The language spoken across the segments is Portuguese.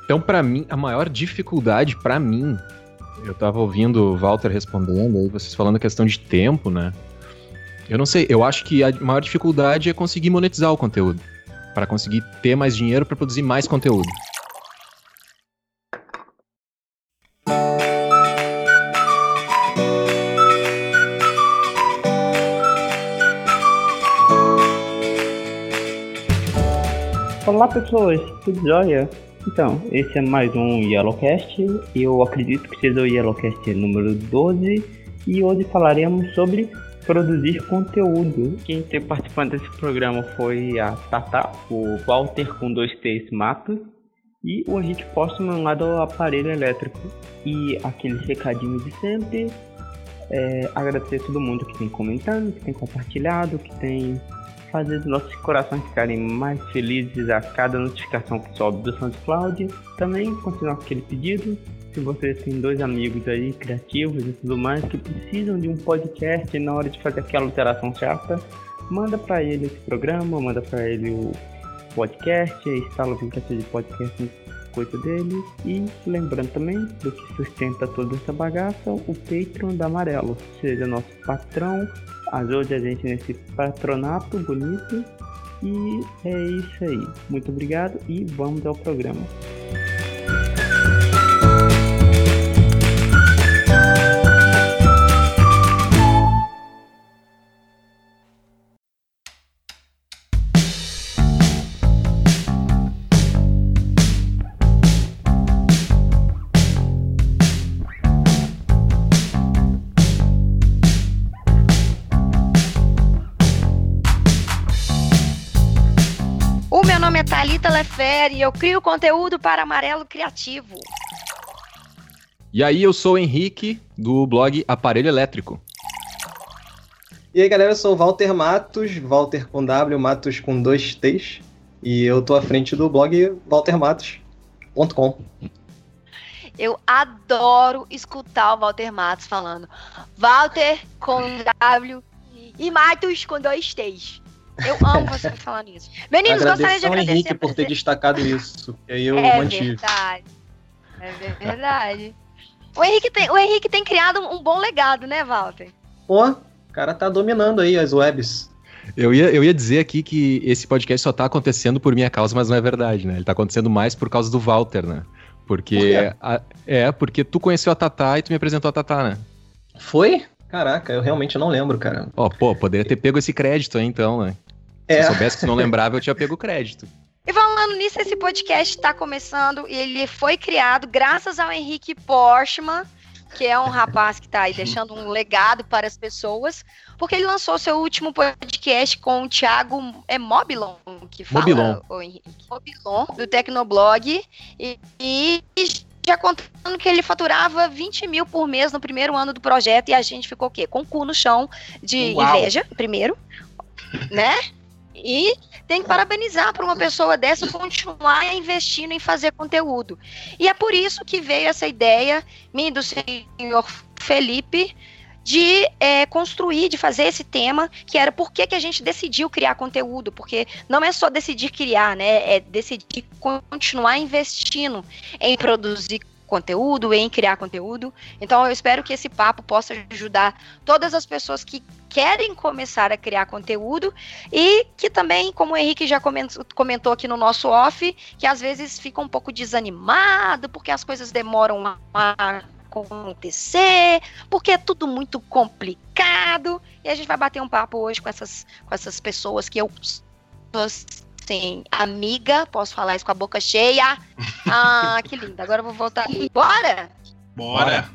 Então, pra mim, a maior dificuldade, pra mim, eu tava ouvindo o Walter respondendo, aí vocês falando a questão de tempo, né? Eu não sei, eu acho que a maior dificuldade é conseguir monetizar o conteúdo, para conseguir ter mais dinheiro para produzir mais conteúdo. Olá pessoas, tudo jóia? Então, esse é mais um Yellowcast, eu acredito que seja o Yellowcast número 12, e hoje falaremos sobre produzir conteúdo. Quem esteve participando desse programa foi a Tata, o Walter com 2 T's Matos e o Henrique Postman lá do Aparelho Elétrico. E aqueles recadinhos de sempre, agradecer a todo mundo que tem comentado, que tem compartilhado, que tem fazer os nossos corações ficarem mais felizes a cada notificação que sobe do SoundCloud. Também continuar com aquele pedido, se vocês têm 2 amigos aí criativos e tudo mais que precisam de um podcast na hora de fazer aquela alteração chata, manda para ele esse programa, manda para ele o podcast, instala o aplicativo de podcast, coisa dele. E lembrando também do que sustenta toda essa bagaça, o Patreon da Amarelo, seja nosso patrão, ajude a gente nesse patronato bonito. E é isso aí, muito obrigado e vamos ao programa. Meu nome é Thalita Lefere e eu crio conteúdo para Amarelo Criativo. E aí, eu sou o Henrique, do blog Aparelho Elétrico. E aí, galera, eu sou o Walter Matos, Walter com W, Matos com 2 T's, e eu tô à frente do blog waltermatos.com. Eu adoro escutar o Walter Matos falando Walter com W e Matos com 2 T's. Eu amo você falando isso. Meninos, gostaria de agradecer Henrique por ter destacado isso. E aí eu mantive. É verdade. O Henrique tem criado um bom legado, né, Walter? Pô, o cara tá dominando aí as webs. Eu ia dizer aqui que esse podcast só tá acontecendo por minha causa, mas não é verdade, né? Ele tá acontecendo mais por causa do Walter, né? Porque porque tu conheceu a Tatá e tu me apresentou a Tatá, né? Foi? Caraca, eu realmente não lembro, cara. Poderia ter pego esse crédito aí, então, né? Se eu soubesse que tu não lembrava, eu tinha pego o crédito. E falando nisso, esse podcast está começando e ele foi criado graças ao Henrique Postman, que é um rapaz que está aí deixando um legado para as pessoas, porque ele lançou seu último podcast com o Thiago Mobilon, que fala, o Henrique Mobilon, do Tecnoblog, e já contando que ele faturava 20 mil por mês no primeiro ano do projeto, e a gente ficou o quê? Com o cu no chão de inveja, primeiro, né? E tem que parabenizar para uma pessoa dessa continuar investindo em fazer conteúdo. E é por isso que veio essa ideia minha e do senhor Felipe de construir, de fazer esse tema, que era por que a gente decidiu criar conteúdo, porque não é só decidir criar, né? É decidir continuar investindo em produzir conteúdo, em criar conteúdo. Então eu espero que esse papo possa ajudar todas as pessoas que querem começar a criar conteúdo e que também, como o Henrique já comentou aqui no nosso off, que às vezes fica um pouco desanimado porque as coisas demoram a acontecer, porque é tudo muito complicado, e a gente vai bater um papo hoje com essas pessoas que eu assim, amiga, posso falar isso com a boca cheia. Ah, que lindo. Agora eu vou voltar. Bora? Bora!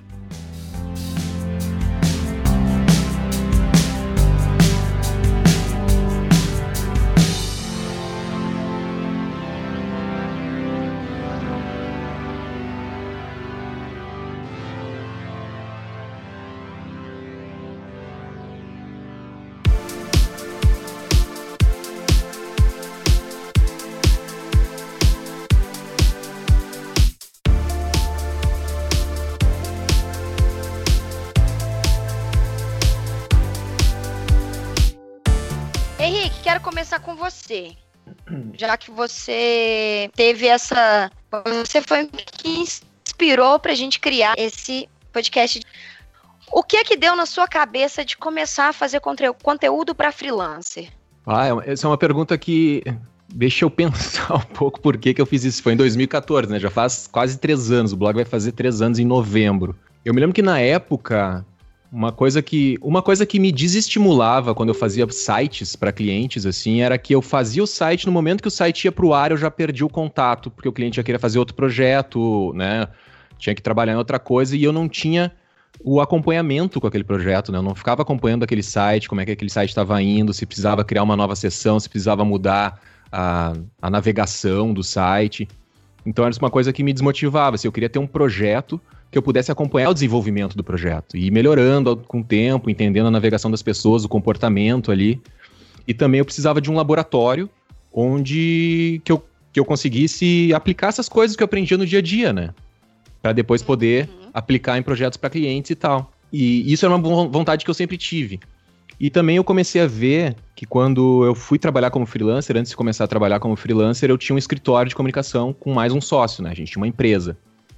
Henrique, quero começar com você. Já que você teve essa Você foi o que inspirou pra gente criar esse podcast. O que é que deu na sua cabeça de começar a fazer conteúdo para freelancer? Essa é uma pergunta que deixa eu pensar um pouco por que eu fiz isso. Foi em 2014, né? Já faz quase 3 anos. O blog vai fazer 3 anos em novembro. Eu me lembro que na época, uma coisa que me desestimulava quando eu fazia sites para clientes, assim, era que eu fazia o site, no momento que o site ia pro ar, eu já perdi o contato, porque o cliente já queria fazer outro projeto, né? Tinha que trabalhar em outra coisa e eu não tinha o acompanhamento com aquele projeto, né? Eu não ficava acompanhando aquele site, como é que aquele site estava indo, se precisava criar uma nova seção, se precisava mudar a navegação do site. Então era uma coisa que me desmotivava. Assim, eu queria ter um projeto que eu pudesse acompanhar o desenvolvimento do projeto e ir melhorando com o tempo, entendendo a navegação das pessoas, o comportamento ali. E também eu precisava de um laboratório onde que eu conseguisse aplicar essas coisas que eu aprendia no dia a dia, né? Para depois poder aplicar em projetos para clientes e tal. E isso era uma vontade que eu sempre tive. E também eu comecei a ver que quando eu fui trabalhar como freelancer, antes de começar a trabalhar como freelancer, eu tinha um escritório de comunicação com mais um sócio, né? A gente tinha uma empresa.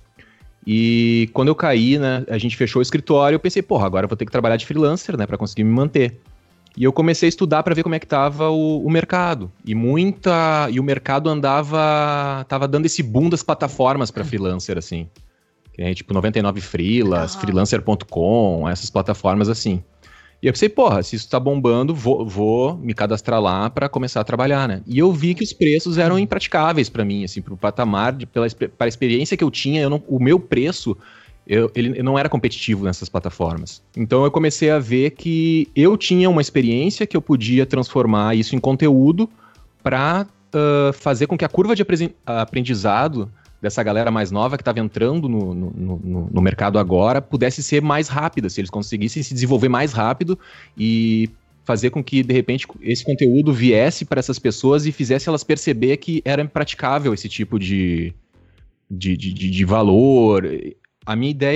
E quando eu caí, né, a gente fechou o escritório, eu pensei, agora eu vou ter que trabalhar de freelancer, né, para conseguir me manter. E eu comecei a estudar para ver como é que tava o mercado. E o mercado tava dando esse boom das plataformas para freelancer, assim. Tipo 99 Freelas, freelancer.com, essas plataformas assim. E eu pensei, se isso tá bombando, vou me cadastrar lá para começar a trabalhar, né? E eu vi que os preços eram impraticáveis para mim, assim, pro patamar, para a experiência que eu tinha, o meu preço, ele não era competitivo nessas plataformas. Então eu comecei a ver que eu tinha uma experiência que eu podia transformar isso em conteúdo para fazer com que a curva de aprendizado dessa galera mais nova que estava entrando no mercado agora pudesse ser mais rápida, se eles conseguissem se desenvolver mais rápido e fazer com que, de repente, esse conteúdo viesse para essas pessoas e fizesse elas perceber que era impraticável esse tipo de valor. A minha ideia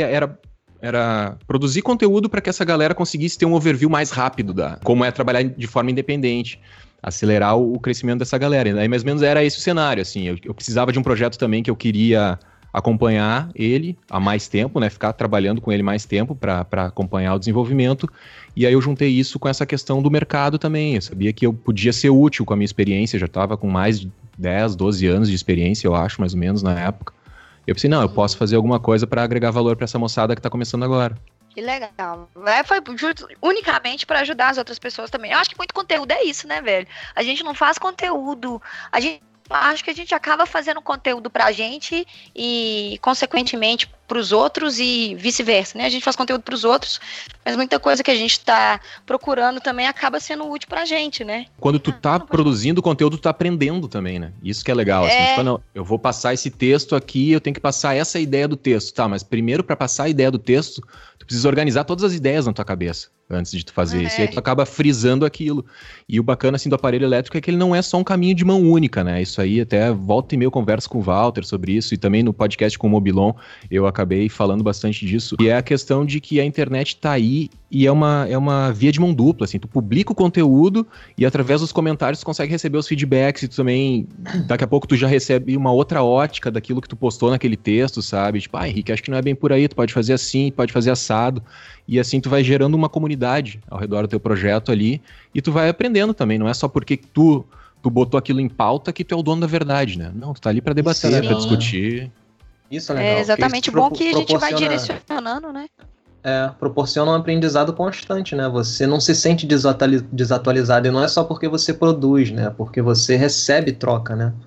era produzir conteúdo para que essa galera conseguisse ter um overview mais rápido como é trabalhar de forma independente, acelerar o crescimento dessa galera. E aí, mais ou menos, era esse o cenário, assim. Eu precisava de um projeto também que eu queria acompanhar ele há mais tempo, né? Ficar trabalhando com ele mais tempo para acompanhar o desenvolvimento. E aí eu juntei isso com essa questão do mercado também. Eu sabia que eu podia ser útil com a minha experiência. Eu já estava com mais de 10, 12 anos de experiência, eu acho, mais ou menos, na época. Eu pensei, eu posso fazer alguma coisa para agregar valor para essa moçada que está começando agora. Que legal. Foi unicamente para ajudar as outras pessoas também. Eu acho que muito conteúdo é isso, né, velho? A gente não faz conteúdo. Acho que a gente acaba fazendo conteúdo pra gente e, consequentemente, pros outros e vice-versa, né? A gente faz conteúdo pros outros, mas muita coisa que a gente tá procurando também acaba sendo útil pra gente, né? Quando tu tá produzindo conteúdo, tu tá aprendendo também, né? Isso que é legal. Assim, tipo, não, eu vou passar esse texto aqui, eu tenho que passar essa ideia do texto. Tá, mas primeiro, pra passar a ideia do texto, tu precisa organizar todas as ideias na tua cabeça antes de tu fazer isso. E aí tu acaba frisando aquilo. E o bacana, assim, do aparelho elétrico é que ele não é só um caminho de mão única, né? Isso aí, até volta e meia eu converso com o Walter sobre isso, e também no podcast com o Mobilon eu acabei falando bastante disso. E é a questão de que a internet tá aí e é uma via de mão dupla, assim. Tu publica o conteúdo e através dos comentários tu consegue receber os feedbacks e tu também, daqui a pouco tu já recebe uma outra ótica daquilo que tu postou naquele texto, sabe? Tipo, Henrique, acho que não é bem por aí, tu pode fazer assim, tu pode fazer assado. E assim tu vai gerando uma comunidade ao redor do teu projeto ali e tu vai aprendendo também. Não é só porque tu botou aquilo em pauta que tu é o dono da verdade, né? Não, tu tá ali pra debater, pra discutir. Isso é legal. É exatamente bom que a gente vai direcionando, né? Proporciona um aprendizado constante, né? Você não se sente desatualizado, e não é só porque você produz, né? Porque você recebe troca, né?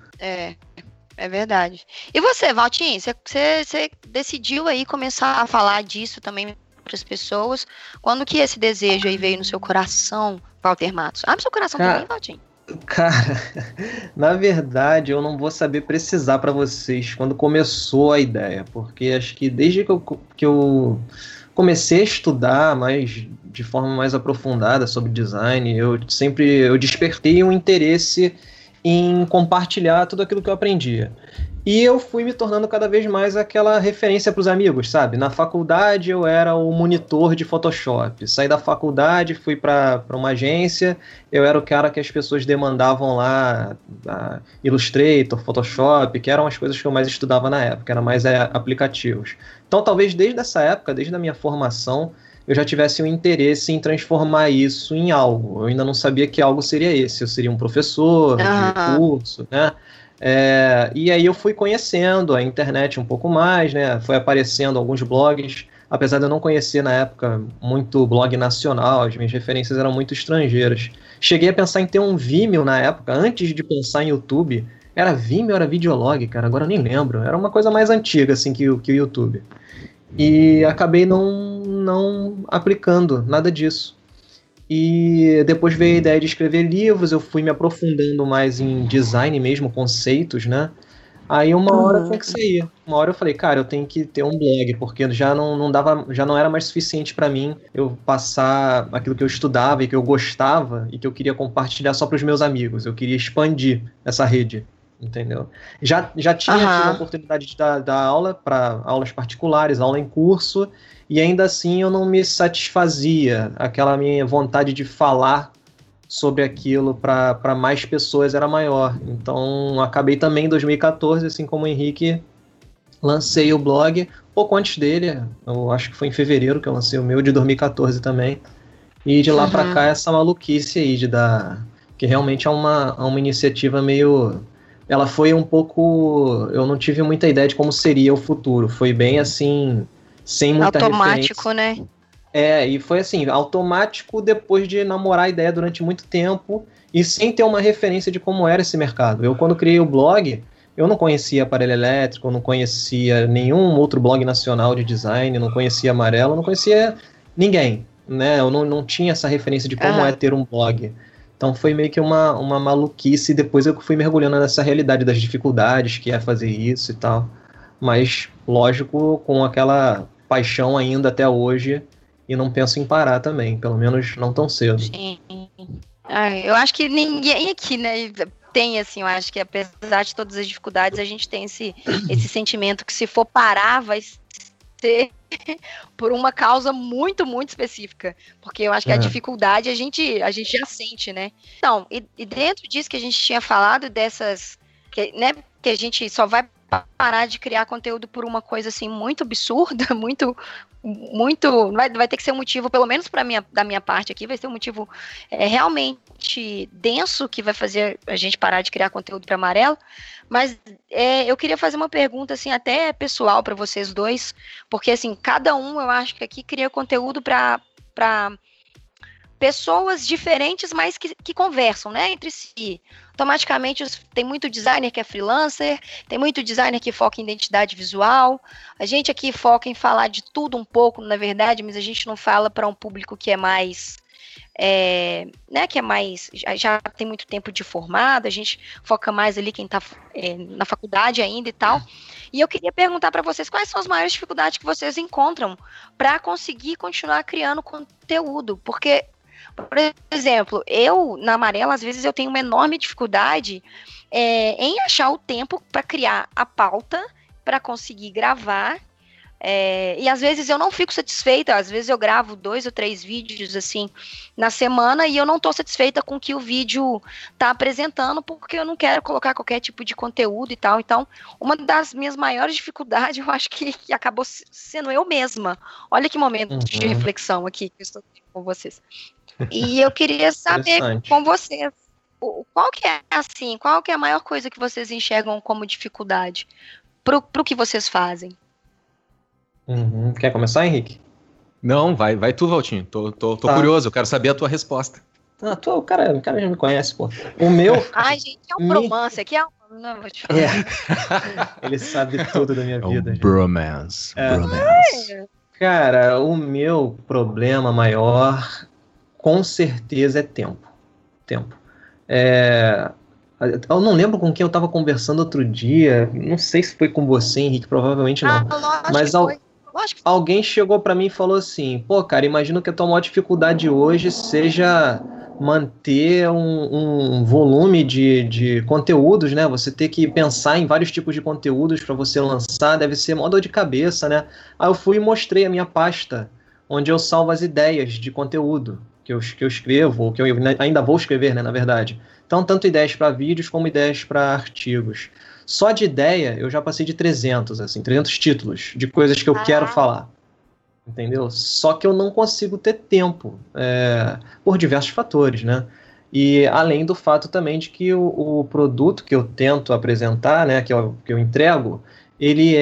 É verdade. E você, Valtinho, você decidiu aí começar a falar disso também para as pessoas. Quando que esse desejo aí veio no seu coração, Walter Matos? Abre seu coração também, Valtinho. Cara, na verdade, eu não vou saber precisar para vocês quando começou a ideia, porque acho que desde que eu comecei a estudar de forma mais aprofundada sobre design, eu despertei um interesse em compartilhar tudo aquilo que eu aprendia. E eu fui me tornando cada vez mais aquela referência para os amigos, sabe? Na faculdade eu era o monitor de Photoshop. Saí da faculdade, fui para uma agência, eu era o cara que as pessoas demandavam lá, Illustrator, Photoshop, que eram as coisas que eu mais estudava na época, era mais aplicativos. Então talvez desde essa época, desde a minha formação, eu já tivesse um interesse em transformar isso em algo. Eu ainda não sabia que algo seria esse. Eu seria um professor de curso, né? E aí eu fui conhecendo a internet um pouco mais, né? Foi aparecendo alguns blogs, apesar de eu não conhecer na época muito blog nacional, as minhas referências eram muito estrangeiras. Cheguei a pensar em ter um Vimeo na época, antes de pensar em YouTube. Era Vimeo, era Videolog, cara, agora eu nem lembro. Era uma coisa mais antiga assim que o YouTube. E acabei não aplicando nada disso. E depois veio a ideia de escrever livros, eu fui me aprofundando mais em design mesmo, conceitos, né? Aí uma hora tinha que sair. Uma hora eu falei, cara, eu tenho que ter um blog, porque já não era mais suficiente para mim eu passar aquilo que eu estudava e que eu gostava e que eu queria compartilhar só para os meus amigos. Eu queria expandir essa rede, entendeu? Já tinha tido a oportunidade de dar aula para aulas particulares, aula em curso, e ainda assim eu não me satisfazia. Aquela minha vontade de falar sobre aquilo para mais pessoas era maior. Então acabei também em 2014, assim como o Henrique, lancei o blog pouco antes dele. Eu acho que foi em fevereiro que eu lancei o meu, de 2014 também. E de lá para cá essa maluquice aí de dar... Que realmente é uma iniciativa meio... Ela foi um pouco... Eu não tive muita ideia de como seria o futuro. Foi bem assim... Sem muita automático, referência. Né? E foi assim, automático depois de namorar a ideia durante muito tempo e sem ter uma referência de como era esse mercado. Eu, quando criei o blog, eu não conhecia Aparelho Elétrico, eu não conhecia nenhum outro blog nacional de design, não conhecia Amarelo, não conhecia ninguém, né? Eu não tinha essa referência de como é ter um blog. Então foi meio que uma maluquice, e depois eu fui mergulhando nessa realidade das dificuldades que é fazer isso e tal. Mas, lógico, com aquela paixão ainda até hoje, e não penso em parar também, pelo menos não tão cedo. Sim. Eu acho que ninguém aqui, né, tem, assim, eu acho que apesar de todas as dificuldades, a gente tem esse sentimento que se for parar, vai ser por uma causa muito, muito específica, porque eu acho que a dificuldade a gente já sente, né? Então, e dentro disso que a gente tinha falado, dessas, que a gente só vai parar de criar conteúdo por uma coisa assim muito absurda, muito vai ter que ser um motivo, pelo menos da minha parte aqui, vai ser um motivo realmente denso que vai fazer a gente parar de criar conteúdo para Amarelo. Mas eu queria fazer uma pergunta assim até pessoal para vocês dois, porque assim, cada um eu acho que aqui cria conteúdo para pessoas diferentes, mas que conversam, né, entre si. Automaticamente tem muito designer que é freelancer, tem muito designer que foca em identidade visual. A gente aqui foca em falar de tudo um pouco, na verdade, mas a gente não fala para um público que é mais, né, que é mais, já tem muito tempo de formado, a gente foca mais ali quem está na faculdade ainda e tal. E eu queria perguntar para vocês quais são as maiores dificuldades que vocês encontram para conseguir continuar criando conteúdo, porque por exemplo, eu, na Amarela, às vezes eu tenho uma enorme dificuldade em achar o tempo para criar a pauta, para conseguir gravar, e às vezes eu não fico satisfeita, às vezes eu gravo 2 ou 3 vídeos assim na semana e eu não estou satisfeita com o que o vídeo está apresentando, porque eu não quero colocar qualquer tipo de conteúdo e tal. Então, uma das minhas maiores dificuldades, eu acho que acabou sendo eu mesma. Olha que momento de reflexão aqui que eu estou tendo com vocês. E eu queria saber com vocês, qual que é a maior coisa que vocês enxergam como dificuldade pro que vocês fazem? Quer começar, Henrique? Não, vai tu, Valtinho. Tô curioso, eu quero saber a tua resposta. O cara já me conhece, pô. O meu... Ai, gente, é um bromance aqui, não vou te falar. Ele sabe tudo da minha vida. Bromance. Cara, o meu problema maior, com certeza, é tempo. Eu não lembro com quem eu tava conversando outro dia. Não sei se foi com você, Henrique, provavelmente não. Mas alguém chegou pra mim e falou assim: pô, cara, imagino que a tua maior dificuldade hoje seja manter um volume de conteúdos, né? Você ter que pensar em vários tipos de conteúdos para você lançar, deve ser mó dor de cabeça, né? Aí eu fui e mostrei a minha pasta, onde eu salvo as ideias de conteúdo que eu escrevo, ou que eu ainda vou escrever, né, na verdade. Então, tanto ideias para vídeos como ideias para artigos. Só de ideia, eu já passei de 300, assim, 300 títulos de coisas que eu quero falar. Entendeu? Só que eu não consigo ter tempo, por diversos fatores, né? E além do fato também de que o produto que eu tento apresentar, né, que eu entrego, ele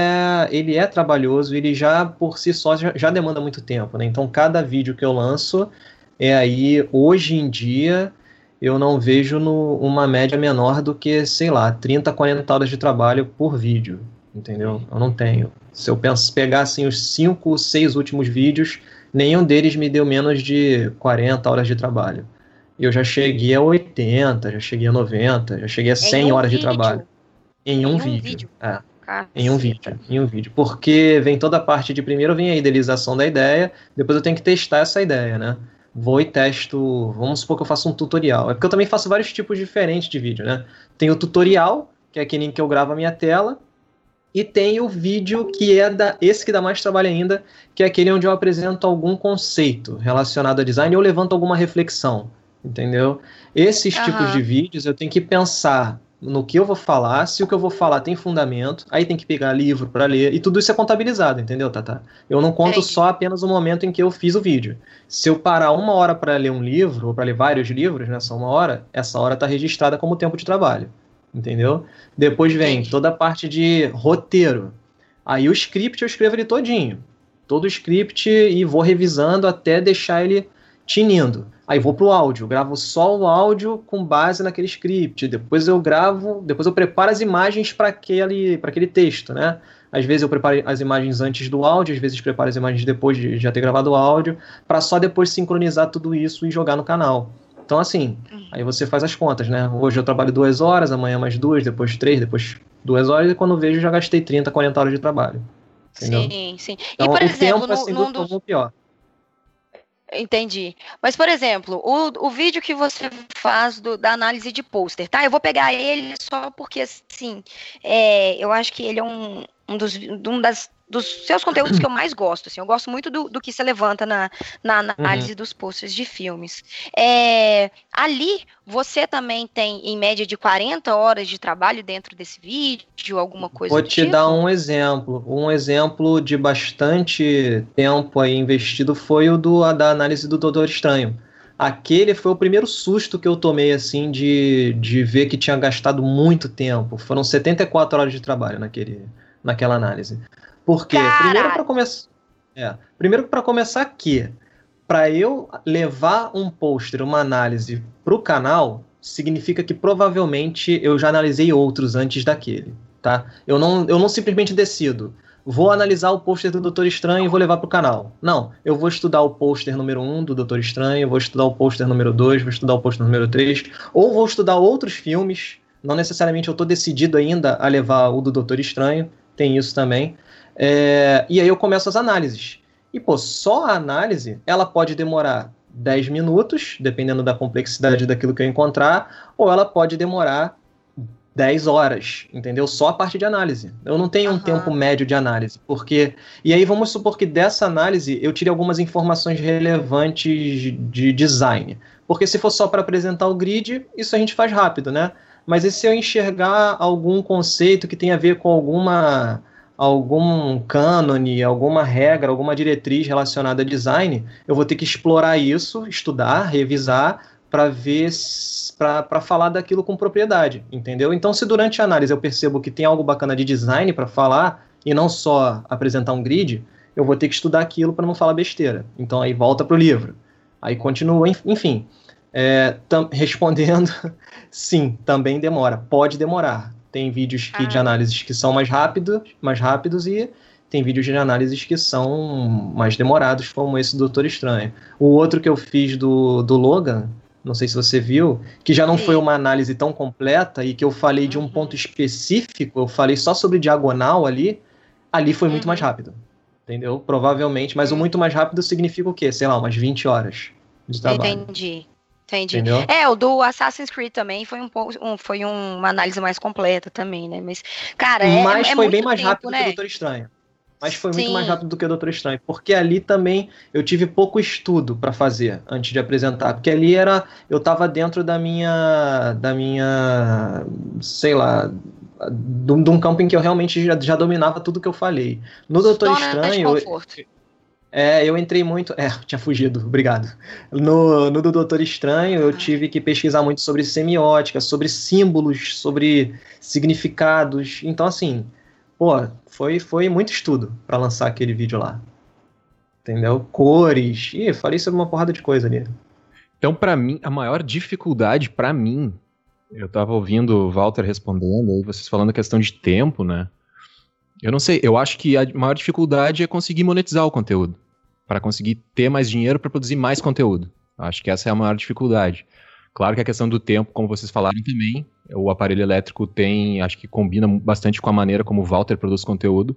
é trabalhoso, ele já por si só já demanda muito tempo, né? Então cada vídeo que eu lanço aí, hoje em dia, eu não vejo uma média menor do que, sei lá, 30, 40 horas de trabalho por vídeo, entendeu? Eu não tenho. Se eu pegar assim, os 5, 6 últimos vídeos, nenhum deles me deu menos de 40 horas de trabalho. Eu já cheguei a 80, já cheguei a 90, já cheguei a 100 horas de trabalho. Em um vídeo. Em um vídeo. Porque vem toda a parte de, primeiro vem a idealização da ideia, depois eu tenho que testar essa ideia, né? Vou e testo, vamos supor que eu faço um tutorial. É porque eu também faço vários tipos diferentes de vídeo, né? Tem o tutorial, que é aquele em que eu gravo a minha tela, e tem o vídeo que esse que dá mais trabalho ainda, que é aquele onde eu apresento algum conceito relacionado a design ou levanto alguma reflexão, entendeu? Esses tipos de vídeos eu tenho que pensar no que eu vou falar, se o que eu vou falar tem fundamento, aí tem que pegar livro para ler, e tudo isso é contabilizado, entendeu, Tata? Eu não conto só apenas o momento em que eu fiz o vídeo. Se eu parar 1 hora para ler um livro, ou para ler vários livros nessa 1 hora, essa hora está registrada como tempo de trabalho, entendeu? Depois vem toda a parte de roteiro. Aí o script eu escrevo ele todinho, todo o script, e vou revisando até deixar ele tinindo. Aí vou pro áudio, gravo só o áudio com base naquele script, depois eu preparo as imagens para aquele texto, né? Às vezes eu preparo as imagens antes do áudio, às vezes preparo as imagens depois de já ter gravado o áudio, para só depois sincronizar tudo isso e jogar no canal. Então assim, aí você faz as contas, né? Hoje eu trabalho 2 horas, amanhã mais 2, depois 3, depois 2 horas, e quando vejo já gastei 30, 40 horas de trabalho. Entendeu? Sim. Então, E por exemplo, tempo, assim, do pior. Entendi. Mas, por exemplo, o vídeo que você faz da análise de pôster, tá? Eu vou pegar ele só porque, assim, eu acho que ele é um dos seus conteúdos que eu mais gosto, assim. Eu gosto muito do que você levanta na análise dos posters de filmes. Ali, você também tem, em média, de 40 horas de trabalho dentro desse vídeo, alguma coisa do tipo? Vou te dar um exemplo. Um exemplo de bastante tempo aí investido foi o da análise do Doutor Estranho. Aquele foi o primeiro susto que eu tomei, assim, de ver que tinha gastado muito tempo. Foram 74 horas de trabalho naquela análise. Por quê? Primeiro para começar aqui, para eu levar um pôster, uma análise para o canal, significa que provavelmente eu já analisei outros antes daquele, tá? Eu não simplesmente decido, vou analisar o pôster do Doutor Estranho e vou levar para o canal. Não, eu vou estudar o pôster número 1 do Doutor Estranho, vou estudar o pôster número 2, vou estudar o pôster número 3, ou vou estudar outros filmes, não necessariamente eu estou decidido ainda a levar o do Doutor Estranho, tem isso também. E aí eu começo as análises. E, só a análise, ela pode demorar 10 minutos, dependendo da complexidade daquilo que eu encontrar, ou ela pode demorar 10 horas, entendeu? Só a parte de análise. Eu não tenho um tempo médio de análise, porque... E aí vamos supor que dessa análise eu tire algumas informações relevantes de design. Porque se for só para apresentar o grid, isso a gente faz rápido, né? Mas e se eu enxergar algum conceito que tem a ver com algum cânone, alguma regra, alguma diretriz relacionada a design, eu vou ter que explorar isso, estudar, revisar, para falar daquilo com propriedade, entendeu? Então, se durante a análise eu percebo que tem algo bacana de design para falar, e não só apresentar um grid, eu vou ter que estudar aquilo para não falar besteira. Então, aí volta para o livro. Aí continua, enfim. Respondendo, sim, também demora, pode demorar. Tem vídeos de análises que são mais rápidos e tem vídeos de análises que são mais demorados, como esse do Doutor Estranho. O outro que eu fiz do Logan, não sei se você viu, que já não foi uma análise tão completa e que eu falei de um ponto específico, eu falei só sobre diagonal ali foi muito mais rápido, entendeu? Provavelmente, mas o muito mais rápido significa o quê? Sei lá, umas 20 horas de trabalho. Entendi. Entendi. Entendeu? O do Assassin's Creed também foi foi uma análise mais completa também, né? Mas, cara, Mas foi muito bem mais tempo, rápido que né? o Doutor Estranho. Mas foi muito Sim. mais rápido do que o Doutor Estranho. Porque ali também eu tive pouco estudo para fazer antes de apresentar. Porque ali eu tava dentro da minha, sei lá, de um campo em que eu realmente já dominava tudo que eu falei. No Doutor Zona de Estranho, conforto. eu entrei muito. Tinha fugido, obrigado. No do Doutor Estranho, eu tive que pesquisar muito sobre semiótica, sobre símbolos, sobre significados. Então, assim, foi muito estudo para lançar aquele vídeo lá. Entendeu? Cores. Falei sobre uma porrada de coisa ali. Então, pra mim, a maior dificuldade, pra mim, eu tava ouvindo o Walter respondendo, aí vocês falando a questão de tempo, né? Eu não sei, eu acho que a maior dificuldade é conseguir monetizar o conteúdo, para conseguir ter mais dinheiro para produzir mais conteúdo. Acho que essa é a maior dificuldade. Claro que a questão do tempo, como vocês falaram também, o aparelho elétrico acho que combina bastante com a maneira como o Walter produz conteúdo.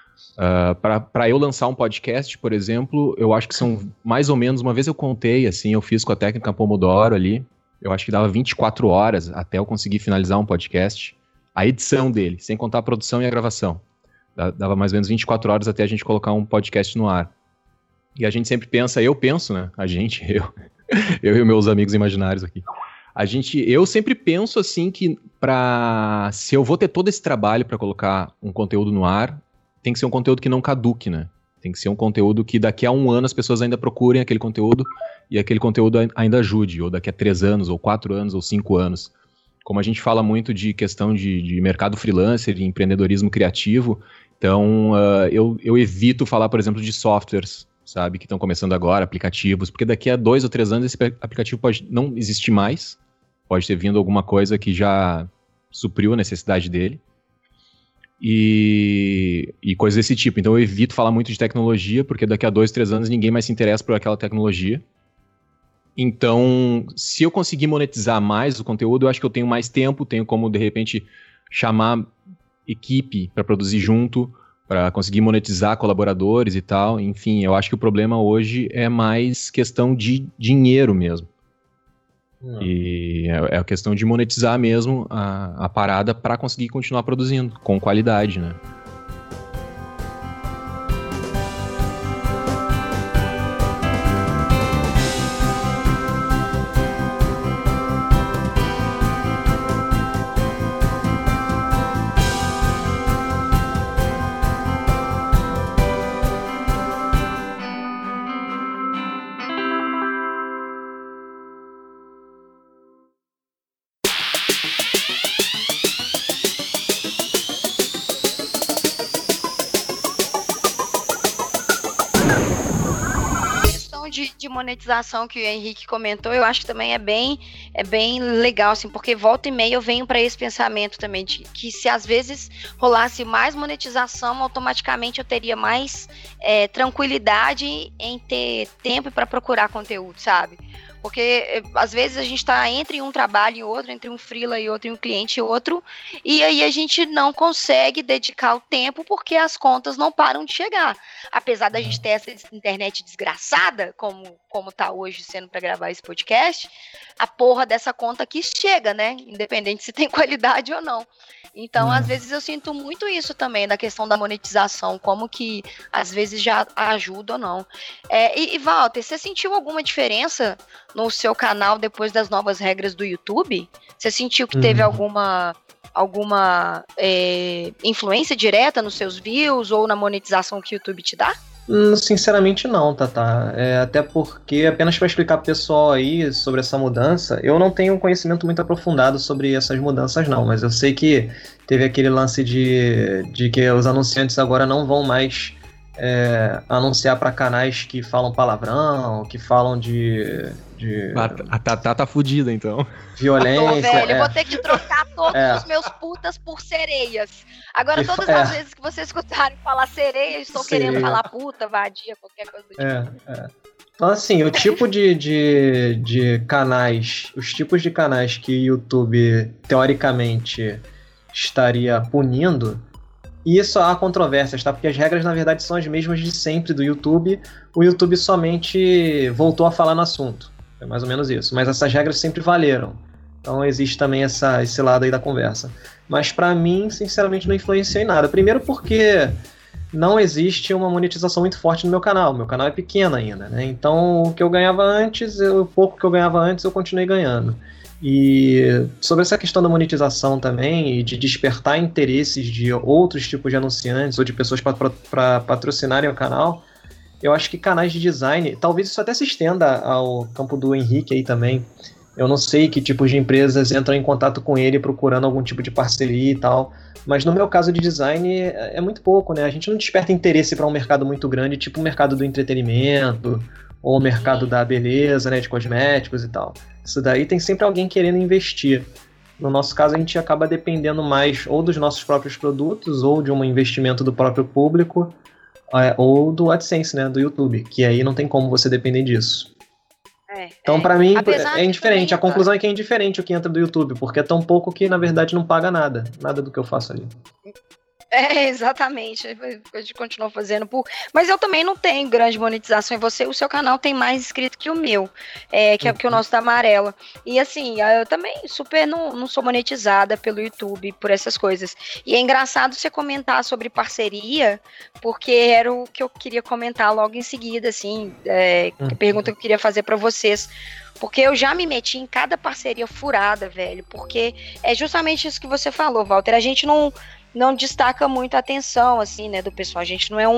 Para eu lançar um podcast, por exemplo, eu acho que são mais ou menos, uma vez eu contei, assim, eu fiz com a técnica Pomodoro ali, eu acho que dava 24 horas até eu conseguir finalizar um podcast, a edição dele, sem contar a produção e a gravação. Dava mais ou menos 24 horas até a gente colocar um podcast no ar. E a gente sempre pensa, eu penso, né? Eu e meus amigos imaginários aqui. Eu sempre penso assim que se eu vou ter todo esse trabalho para colocar um conteúdo no ar, tem que ser um conteúdo que não caduque, né? Tem que ser um conteúdo que daqui a 1 ano as pessoas ainda procurem aquele conteúdo e aquele conteúdo ainda ajude, ou daqui a 3 anos, ou 4 anos, ou 5 anos. Como a gente fala muito de questão de mercado freelancer, de empreendedorismo criativo, então eu evito falar, por exemplo, de softwares, sabe, que estão começando agora, aplicativos, porque daqui a 2 ou 3 anos esse aplicativo pode não existir mais, pode ter vindo alguma coisa que já supriu a necessidade dele, e coisas desse tipo. Então eu evito falar muito de tecnologia, porque daqui a 2, 3 anos ninguém mais se interessa por aquela tecnologia. Então, se eu conseguir monetizar mais o conteúdo, eu acho que eu tenho mais tempo, tenho como, de repente, chamar equipe para produzir junto, para conseguir monetizar colaboradores e tal. Enfim, eu acho que o problema hoje é mais questão de dinheiro mesmo. E é a questão de monetizar mesmo a parada para conseguir continuar produzindo com qualidade, né? De monetização que o Henrique comentou, eu acho que também é bem legal, assim, porque volta e meia eu venho para esse pensamento também, de que se às vezes rolasse mais monetização, automaticamente eu teria mais tranquilidade em ter tempo para procurar conteúdo, sabe? Porque às vezes a gente está entre um trabalho e outro, entre um freela e outro, e um cliente e outro, e aí a gente não consegue dedicar o tempo porque as contas não param de chegar. Apesar da gente ter essa internet desgraçada, como tá hoje sendo para gravar esse podcast, a porra dessa conta aqui chega, né? Independente se tem qualidade ou não. Então, às vezes eu sinto muito isso também, da questão da monetização, como que às vezes já ajuda ou não. E Walter, você sentiu alguma diferença no seu canal depois das novas regras do YouTube? Você sentiu que teve alguma influência direta nos seus views ou na monetização que o YouTube te dá? Sinceramente não, Tatá. Até porque, apenas para explicar pro pessoal aí sobre essa mudança, eu não tenho um conhecimento muito aprofundado sobre essas mudanças não, mas eu sei que teve aquele lance de que os anunciantes agora não vão mais anunciar para canais que falam palavrão, que falam de A Tatá tá fudida, então. Violência. Velho, eu vou ter que trocar todos os meus putas por sereias. Agora, todas as vezes que vocês escutarem falar sereia, estou querendo falar puta, vadia, qualquer coisa do tipo. Então, assim, o tipo de canais, os tipos de canais que o YouTube, teoricamente, estaria punindo, isso há controvérsias, tá? Porque as regras, na verdade, são as mesmas de sempre do YouTube. O YouTube somente voltou a falar no assunto. É mais ou menos isso. Mas essas regras sempre valeram. Então existe também esse lado aí da conversa. Mas pra mim, sinceramente, não influenciou em nada. Primeiro porque não existe uma monetização muito forte no meu canal. Meu canal é pequeno ainda, né? Então o que eu ganhava antes, o pouco que eu ganhava antes, eu continuei ganhando. E sobre essa questão da monetização também, e de despertar interesses de outros tipos de anunciantes ou de pessoas para patrocinarem o canal, eu acho que canais de design, talvez isso até se estenda ao campo do Henrique aí também. Eu não sei que tipos de empresas entram em contato com ele procurando algum tipo de parceria e tal, mas no meu caso de design é muito pouco, né? A gente não desperta interesse para um mercado muito grande, tipo o mercado do entretenimento ou o mercado da beleza, né, de cosméticos e tal. Isso daí tem sempre alguém querendo investir. No nosso caso, a gente acaba dependendo mais ou dos nossos próprios produtos ou de um investimento do próprio público ou do AdSense, né, do YouTube, que aí não tem como você depender disso. Então, pra mim, é indiferente. A conclusão é que é indiferente o que entra do YouTube, porque é tão pouco que, na verdade, não paga nada. Nada do que eu faço ali. Exatamente. A gente continua fazendo Mas eu também não tenho grande monetização. O seu canal tem mais inscrito que o meu, que é o nosso da Amarela. E assim, eu também super não sou monetizada pelo YouTube, por essas coisas. E é engraçado você comentar sobre parceria, porque era o que eu queria comentar logo em seguida, assim, a pergunta que eu queria fazer pra vocês. Porque eu já me meti em cada parceria furada, velho. Porque é justamente isso que você falou, Walter. A gente não destaca muito a atenção, assim, né, do pessoal. A gente não é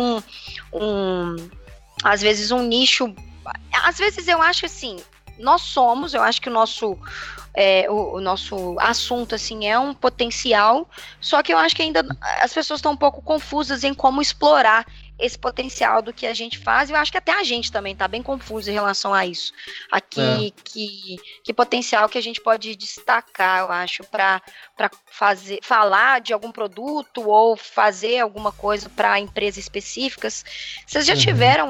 às vezes um nicho. Às vezes eu acho assim, eu acho que o nosso assunto, assim, é um potencial, só que eu acho que ainda as pessoas estão um pouco confusas em como explorar esse potencial do que a gente faz, e eu acho que até a gente também está bem confuso em relação a isso. Que potencial que a gente pode destacar, eu acho, para falar de algum produto ou fazer alguma coisa para empresas específicas. Vocês já tiveram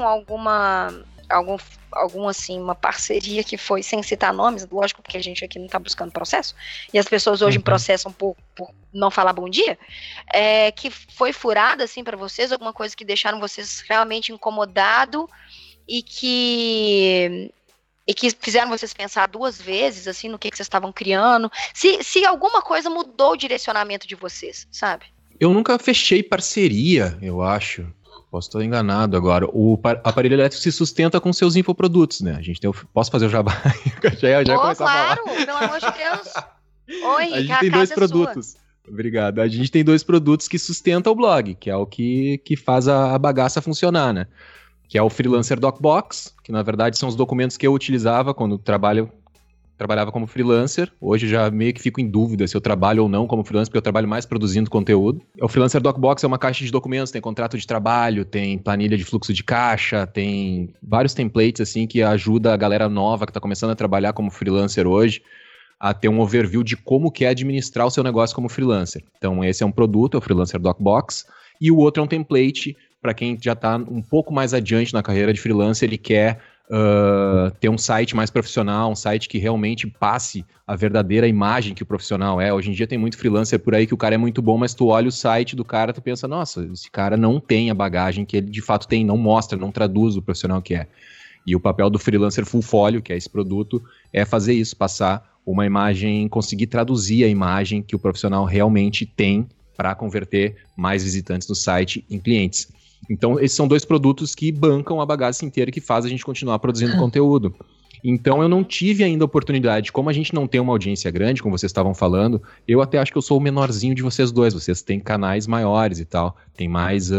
assim, uma parceria que foi, sem citar nomes, lógico, porque a gente aqui não está buscando processo, e as pessoas hoje processam por não falar bom dia, que foi furada, assim, para vocês, alguma coisa que deixaram vocês realmente incomodados e que fizeram vocês pensar duas vezes, assim, no que vocês estavam criando, se alguma coisa mudou o direcionamento de vocês, sabe? Eu nunca fechei parceria, eu acho. Posso estar enganado agora. O aparelho elétrico se sustenta com seus infoprodutos, né? A gente tem posso fazer o jabá? já começar claro, a falar. Pelo amor de Deus. Oi, a gente tem dois produtos. Obrigado. A gente tem dois produtos que sustentam o blog, que é o que faz a bagaça funcionar, né? Que é o Freelancer DocBox, que na verdade são os documentos que eu utilizava quando trabalhava como freelancer. Hoje eu já meio que fico em dúvida se eu trabalho ou não como freelancer, porque eu trabalho mais produzindo conteúdo. O Freelancer DocBox é uma caixa de documentos, tem contrato de trabalho, tem planilha de fluxo de caixa, tem vários templates assim que ajuda a galera nova que está começando a trabalhar como freelancer hoje a ter um overview de como que é administrar o seu negócio como freelancer. Então esse é um produto, é o Freelancer DocBox, e o outro é um template para quem já está um pouco mais adiante na carreira de freelancer, ele quer ter um site mais profissional, um site que realmente passe a verdadeira imagem que o profissional é. Hoje em dia tem muito freelancer por aí que o cara é muito bom, mas tu olha o site do cara, tu pensa, nossa, esse cara não tem a bagagem que ele de fato tem, não mostra, não traduz o profissional que é. E o papel do freelancer full folio, que é esse produto, é fazer isso, passar uma imagem, conseguir traduzir a imagem que o profissional realmente tem para converter mais visitantes no site em clientes. Então, esses são dois produtos que bancam a bagaça inteira, que faz a gente continuar produzindo conteúdo. Então, eu não tive ainda a oportunidade, como a gente não tem uma audiência grande, como vocês estavam falando, eu até acho que eu sou o menorzinho de vocês dois, vocês têm canais maiores e tal, tem mais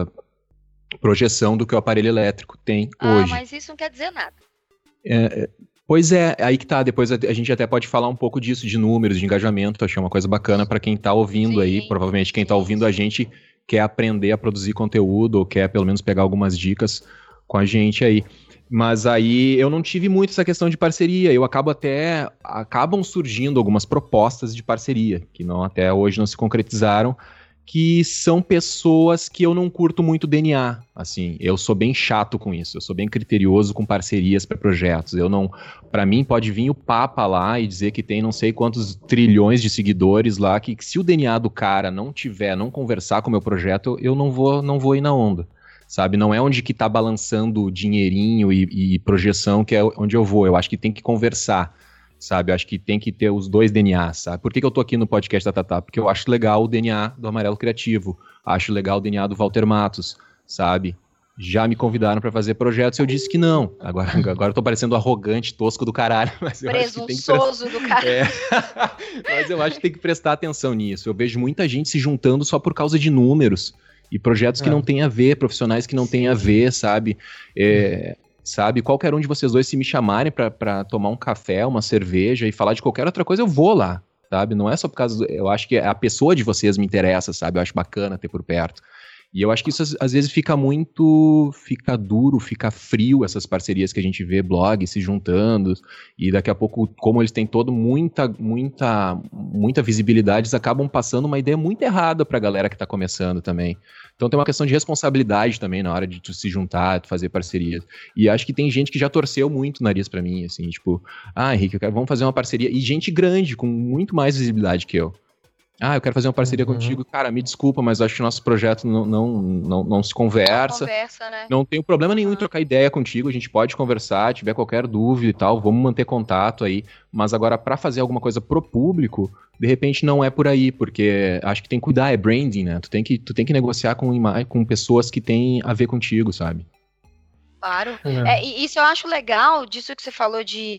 projeção do que o aparelho elétrico tem hoje. Mas isso não quer dizer nada. Pois é, aí que tá, depois a gente até pode falar um pouco disso, de números, de engajamento, achei uma coisa bacana para quem tá ouvindo aí, provavelmente quem tá ouvindo a gente quer aprender a produzir conteúdo ou quer pelo menos pegar algumas dicas com a gente aí. Mas aí eu não tive muito essa questão de parceria, acabam surgindo algumas propostas de parceria, que até hoje não se concretizaram, que são pessoas que eu não curto muito DNA, assim, eu sou bem chato com isso, eu sou bem criterioso com parcerias para projetos, para mim pode vir o Papa lá e dizer que tem não sei quantos trilhões de seguidores lá, que se o DNA do cara não conversar com o meu projeto, eu não vou ir na onda, sabe? Não é onde que tá balançando dinheirinho e projeção que é onde eu vou. Eu acho que tem que conversar, sabe? Eu acho que tem que ter os dois DNAs, sabe? Por que eu tô aqui no podcast da Tatá? Porque eu acho legal o DNA do Amarelo Criativo, acho legal o DNA do Walter Matos, sabe? Já me convidaram para fazer projetos e eu disse que não. Agora eu tô parecendo arrogante, tosco do caralho. Mas eu presunçoso do caralho. Mas eu acho que tem que prestar atenção nisso. Eu vejo muita gente se juntando só por causa de números e projetos que não têm a ver, profissionais que não têm a ver, sabe? Sabe, qualquer um de vocês dois, se me chamarem para tomar um café, uma cerveja e falar de qualquer outra coisa, eu vou lá, sabe? Não é só por causa... Eu acho que a pessoa de vocês me interessa, sabe? Eu acho bacana ter por perto. E eu acho que isso às vezes fica duro, fica frio, essas parcerias que a gente vê, blogs se juntando, e daqui a pouco, como eles têm muita visibilidade, eles acabam passando uma ideia muito errada pra galera que tá começando também. Então tem uma questão de responsabilidade também na hora de tu se juntar, de fazer parcerias. E acho que tem gente que já torceu muito o nariz pra mim, assim, tipo, Henrique, vamos fazer uma parceria, e gente grande, com muito mais visibilidade que eu. Eu quero fazer uma parceria contigo. Cara, me desculpa, mas acho que o nosso projeto não se conversa. Né? Não tenho problema nenhum em trocar ideia contigo. A gente pode conversar, tiver qualquer dúvida e tal, vamos manter contato aí. Mas agora, para fazer alguma coisa pro público, de repente não é por aí, porque acho que tem que cuidar, é branding, né? Tu tem que negociar com pessoas que têm a ver contigo, sabe? Claro. E isso eu acho legal, disso que você falou de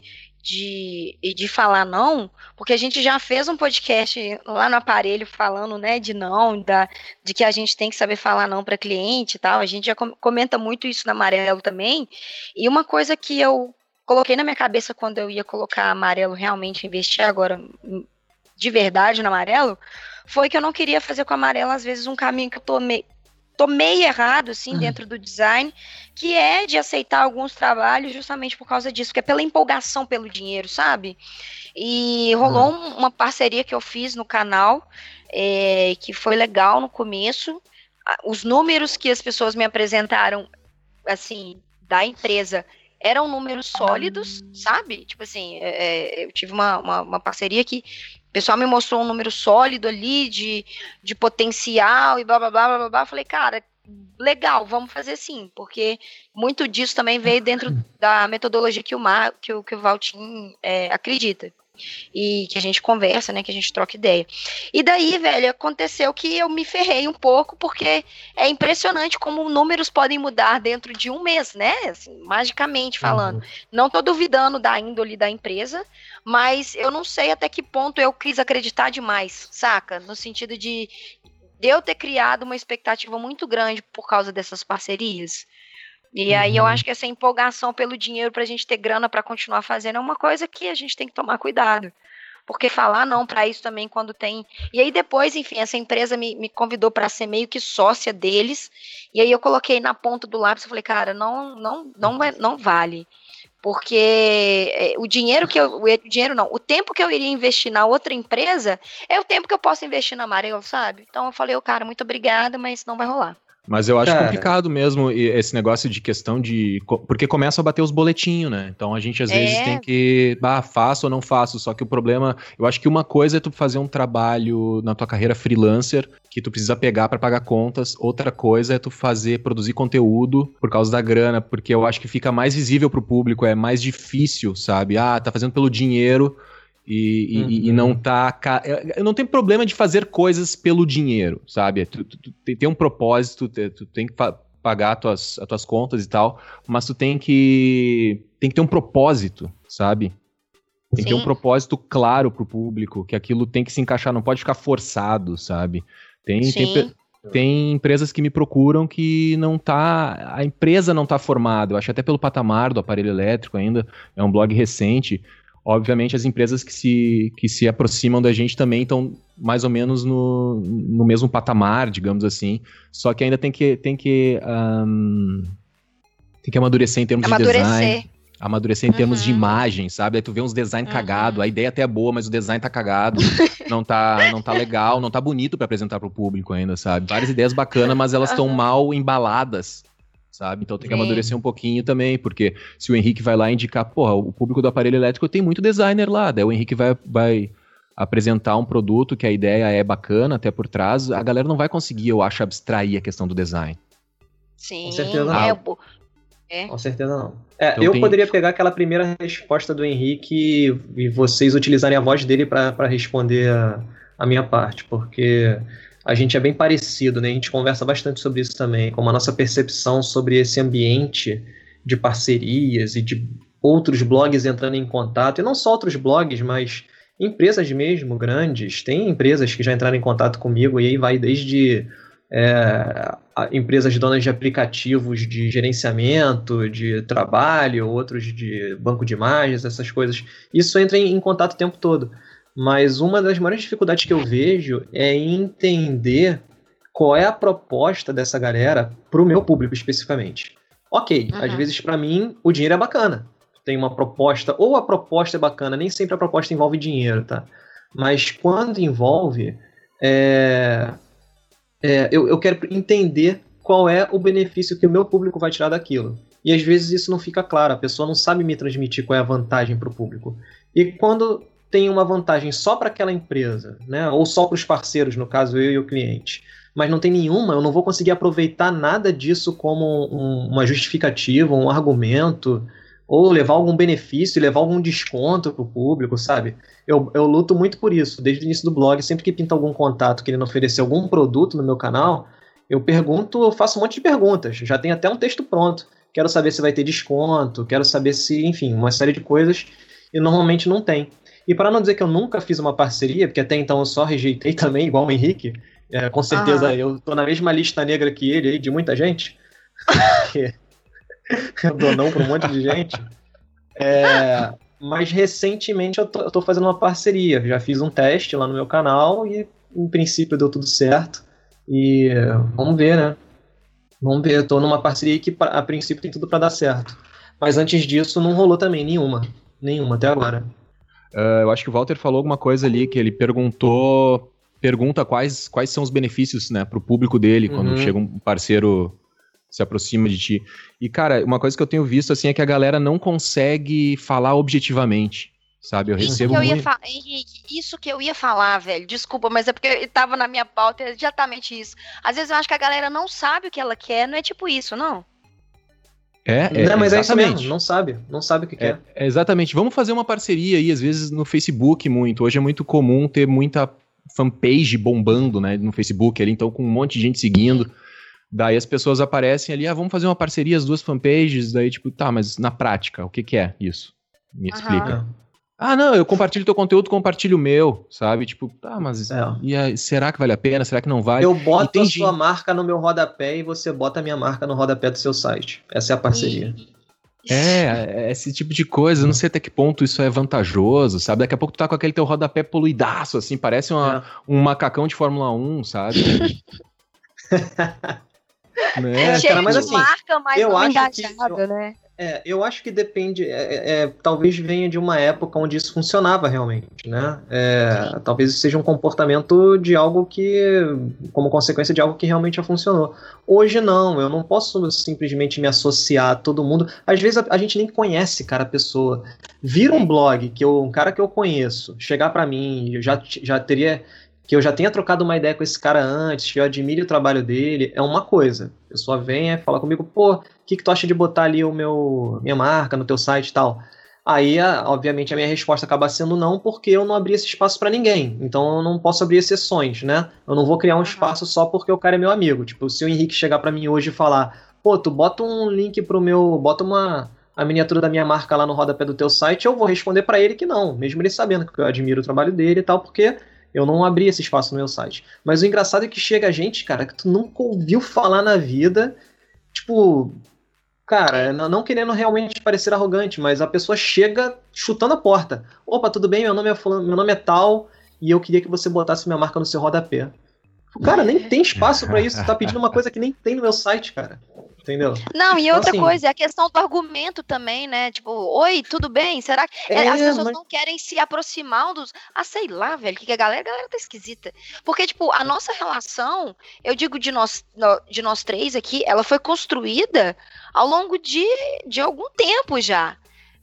falar não, porque a gente já fez um podcast lá no Aparelho falando, né, de não, de que a gente tem que saber falar não para cliente e tal. A gente já comenta muito isso na Amarelo também. E uma coisa que eu coloquei na minha cabeça quando eu ia colocar Amarelo, realmente investir agora de verdade no Amarelo, foi que eu não queria fazer com a Amarelo, às vezes, um caminho que eu tomei errado, assim, dentro do design, que é de aceitar alguns trabalhos justamente por causa disso, que é pela empolgação pelo dinheiro, sabe? E rolou uma parceria que eu fiz no canal, que foi legal no começo. Os números que as pessoas me apresentaram, assim, da empresa, eram números sólidos, sabe? Tipo assim, eu tive uma parceria que o pessoal me mostrou um número sólido ali de potencial e blá, blá, blá, blá, blá. Falei, cara, legal, vamos fazer sim, porque muito disso também veio dentro da metodologia que o Valtinho acredita. E que a gente conversa, né, que a gente troca ideia. E daí, velho, aconteceu que eu me ferrei um pouco, porque é impressionante como números podem mudar dentro de um mês, né, assim, magicamente falando. Não tô duvidando da índole da empresa, mas eu não sei até que ponto eu quis acreditar demais, saca? No sentido de eu ter criado uma expectativa muito grande por causa dessas parcerias. E aí eu acho que essa empolgação pelo dinheiro pra gente ter grana pra continuar fazendo é uma coisa que a gente tem que tomar cuidado. Porque falar não pra isso também quando tem... E aí depois, enfim, essa empresa me convidou pra ser meio que sócia deles. E aí eu coloquei na ponta do lápis e falei, cara, não vale. Porque o tempo que eu iria investir na outra empresa é o tempo que eu posso investir na Amarelo, sabe? Então eu falei, cara, muito obrigada, mas não vai rolar. Mas eu acho complicado mesmo esse negócio de questão de... Porque começa a bater os boletinhos, né? Então a gente às vezes tem que... faço ou não faço. Só que o problema... Eu acho que uma coisa é tu fazer um trabalho na tua carreira freelancer que tu precisa pegar pra pagar contas. Outra coisa é tu produzir conteúdo por causa da grana. Porque eu acho que fica mais visível pro público. É mais difícil, sabe? Tá fazendo pelo dinheiro... E não tá... Eu não tenho problema de fazer coisas pelo dinheiro, sabe? Tu tem um propósito, tu tem que pagar as tuas contas e tal, mas tu tem que ter um propósito, sabe? Tem que ter um propósito claro pro público, que aquilo tem que se encaixar, não pode ficar forçado, sabe? Tem empresas que me procuram que a empresa não tá formada, eu acho até pelo patamar do aparelho elétrico ainda, é um blog recente. Obviamente, as empresas que se aproximam da gente também estão mais ou menos no mesmo patamar, digamos assim. Só que ainda tem que amadurecer em termos de design. Amadurecer em termos de imagem, sabe? Aí tu vê uns design cagado, a ideia até é boa, mas o design tá cagado, não tá legal, não tá bonito pra apresentar pro público ainda, sabe? Várias ideias bacanas, mas elas estão mal embaladas, sabe? Então tem que amadurecer um pouquinho também, porque se o Henrique vai lá indicar, o público do aparelho elétrico tem muito designer lá, daí o Henrique vai apresentar um produto que a ideia é bacana até por trás, a galera não vai conseguir, eu acho, abstrair a questão do design. Sim, Com certeza não. Com certeza não. Então eu poderia pegar aquela primeira resposta do Henrique e vocês utilizarem a voz dele para responder a minha parte, porque a gente é bem parecido, né? A gente conversa bastante sobre isso também, como a nossa percepção sobre esse ambiente de parcerias e de outros blogs entrando em contato, e não só outros blogs, mas empresas mesmo grandes. Tem empresas que já entraram em contato comigo, e aí vai desde empresas donas de aplicativos de gerenciamento, de trabalho, outros de banco de imagens, essas coisas. Isso entra em contato o tempo todo. Mas uma das maiores dificuldades que eu vejo é entender qual é a proposta dessa galera para o meu público especificamente. Ok, às vezes para mim o dinheiro é bacana. Tem uma proposta, ou a proposta é bacana, nem sempre a proposta envolve dinheiro, tá? Mas quando envolve, eu quero entender qual é o benefício que o meu público vai tirar daquilo. E às vezes isso não fica claro, a pessoa não sabe me transmitir qual é a vantagem para o público. E quando tem uma vantagem só para aquela empresa, né, ou só para os parceiros, no caso eu e o cliente, mas não tem nenhuma, eu não vou conseguir aproveitar nada disso como uma justificativa, um argumento, ou levar algum benefício, levar algum desconto para o público, sabe? Eu luto muito por isso, desde o início do blog, sempre que pinta algum contato querendo oferecer algum produto no meu canal, eu faço um monte de perguntas, já tem até um texto pronto, quero saber se vai ter desconto, quero saber se, enfim, uma série de coisas, e normalmente não tem. E para não dizer que eu nunca fiz uma parceria, porque até então eu só rejeitei também, igual o Henrique, com certeza eu tô na mesma lista negra que ele aí, de muita gente, eu dou não para um monte de gente, mas recentemente eu tô fazendo uma parceria, já fiz um teste lá no meu canal e em princípio deu tudo certo, e vamos ver, né? Vamos ver, eu tô numa parceria que a princípio tem tudo para dar certo, mas antes disso não rolou também nenhuma até agora. Eu acho que o Walter falou alguma coisa ali, que ele pergunta quais são os benefícios, né, pro público dele, quando chega um parceiro, se aproxima de ti. E, cara, uma coisa que eu tenho visto, assim, é que a galera não consegue falar objetivamente, sabe? Eu recebo muito... Henrique, isso que eu ia falar, velho, desculpa, mas é porque tava na minha pauta exatamente isso. Às vezes eu acho que a galera não sabe o que ela quer, não é tipo isso, não? Não, mas exatamente. É isso mesmo, não sabe o que quer. Exatamente, vamos fazer uma parceria aí, às vezes no Facebook muito, hoje é muito comum ter muita fanpage bombando, né, no Facebook ali, então com um monte de gente seguindo, daí as pessoas aparecem ali, vamos fazer uma parceria, as duas fanpages, daí tipo, tá, mas na prática, o que é isso? Me explica. Não, eu compartilho teu conteúdo, compartilho o meu, sabe? Tipo, tá, mas e aí, será que vale a pena? Será que não vale? Eu boto a sua marca no meu rodapé e você bota a minha marca no rodapé do seu site. Essa é a parceria. Esse tipo de coisa, não sei até que ponto isso é vantajoso, sabe? Daqui a pouco tu tá com aquele teu rodapé poluidaço, assim, parece um macacão de Fórmula 1, sabe? Cheio mas de assim, marca, mas eu não acho engajada, né? Eu acho que depende, talvez venha de uma época onde isso funcionava realmente, né? Talvez isso seja um comportamento de algo como consequência de algo que realmente já funcionou. Hoje não, eu não posso simplesmente me associar a todo mundo. Às vezes a gente nem conhece, cara, a pessoa. Vira um blog, um cara que eu conheço, chegar pra mim, que eu já tenha trocado uma ideia com esse cara antes, que eu admire o trabalho dele, é uma coisa. A pessoa vem e fala comigo, pô, o que tu acha de botar ali minha marca no teu site e tal? Aí, obviamente, a minha resposta acaba sendo não, porque eu não abri esse espaço pra ninguém. Então eu não posso abrir exceções, né? Eu não vou criar um espaço só porque o cara é meu amigo. Tipo, se o Henrique chegar pra mim hoje e falar, pô, tu bota um link bota a miniatura da minha marca lá no rodapé do teu site, eu vou responder pra ele que não, mesmo ele sabendo que eu admiro o trabalho dele e tal, porque eu não abri esse espaço no meu site. Mas o engraçado é que chega gente, cara, que tu nunca ouviu falar na vida, tipo, cara, não querendo realmente parecer arrogante, mas a pessoa chega chutando a porta. Opa, tudo bem? Meu nome é tal, e eu queria que você botasse minha marca no seu rodapé. Cara, nem tem espaço pra isso, tu tá pedindo uma coisa que nem tem no meu site, cara. Entendeu? Não, e outra coisa, é a questão do argumento também, né? Tipo, oi, tudo bem? Será que as pessoas não querem se aproximar dos... sei lá, velho, que a galera tá esquisita. Porque, tipo, a nossa relação, eu digo de nós três aqui, ela foi construída ao longo de algum tempo já.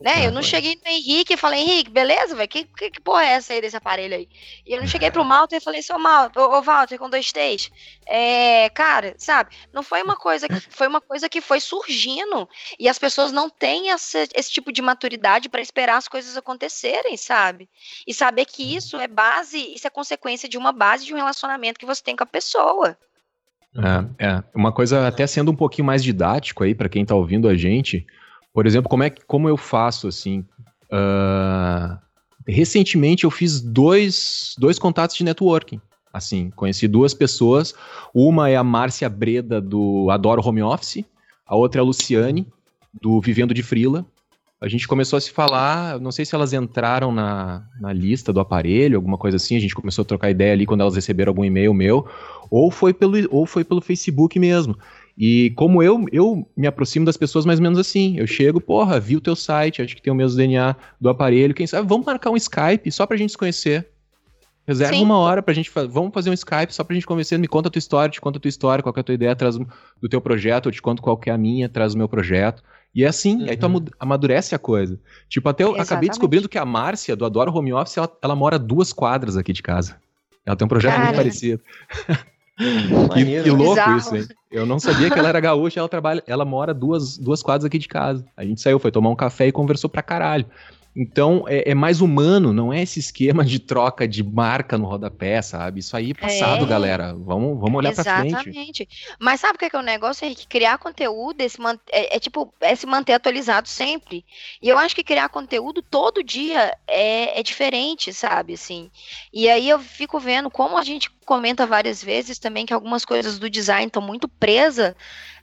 Né? Eu não cheguei no Henrique e falei, Henrique, beleza, velho? Que porra é essa aí desse aparelho aí? E eu não cheguei pro Malter e falei, seu Malter, ô Walter, com 2 T's. Cara, sabe? Não foi uma coisa que foi surgindo e as pessoas não têm esse tipo de maturidade para esperar as coisas acontecerem, sabe? E saber que isso é consequência de uma base de um relacionamento que você tem com a pessoa. Uma coisa até sendo um pouquinho mais didático aí para quem tá ouvindo a gente. Por exemplo, como eu faço, assim, recentemente eu fiz dois contatos de networking, assim, conheci 2 pessoas, uma é a Márcia Breda, do Adoro Home Office, a outra é a Luciane, do Vivendo de Freela. A gente começou a se falar, não sei se elas entraram na lista do aparelho, alguma coisa assim, a gente começou a trocar ideia ali quando elas receberam algum e-mail meu, ou foi pelo Facebook mesmo. E como eu me aproximo das pessoas mais ou menos assim, eu chego, vi o teu site, acho que tem o mesmo DNA do aparelho, quem sabe, vamos marcar um Skype só pra gente se conhecer. Reserva uma hora pra gente, vamos fazer um Skype só pra gente conversar, me conta a tua história, te conta a tua história, qual que é a tua ideia, traz do teu projeto, eu te conto qual que é a minha, traz o meu projeto. E é assim, aí tu amadurece a coisa. Tipo, até eu acabei descobrindo que a Márcia, do Adoro Home Office, ela mora 2 quadras aqui de casa. Ela tem um projeto muito parecido. Que louco bizarro. Isso, hein? Eu não sabia que ela era gaúcha, ela mora 2 quadras aqui de casa. A gente saiu, foi tomar um café e conversou pra caralho. Então, é mais humano, não é esse esquema de troca de marca no rodapé, sabe? Isso aí é passado, galera. Vamos olhar pra frente. Exatamente. Mas sabe o que é o negócio, Henrique? Criar conteúdo é se manter atualizado sempre. E eu acho que criar conteúdo todo dia é diferente, sabe? Assim. E aí eu fico vendo como a gente comenta várias vezes também que algumas coisas do design estão muito presas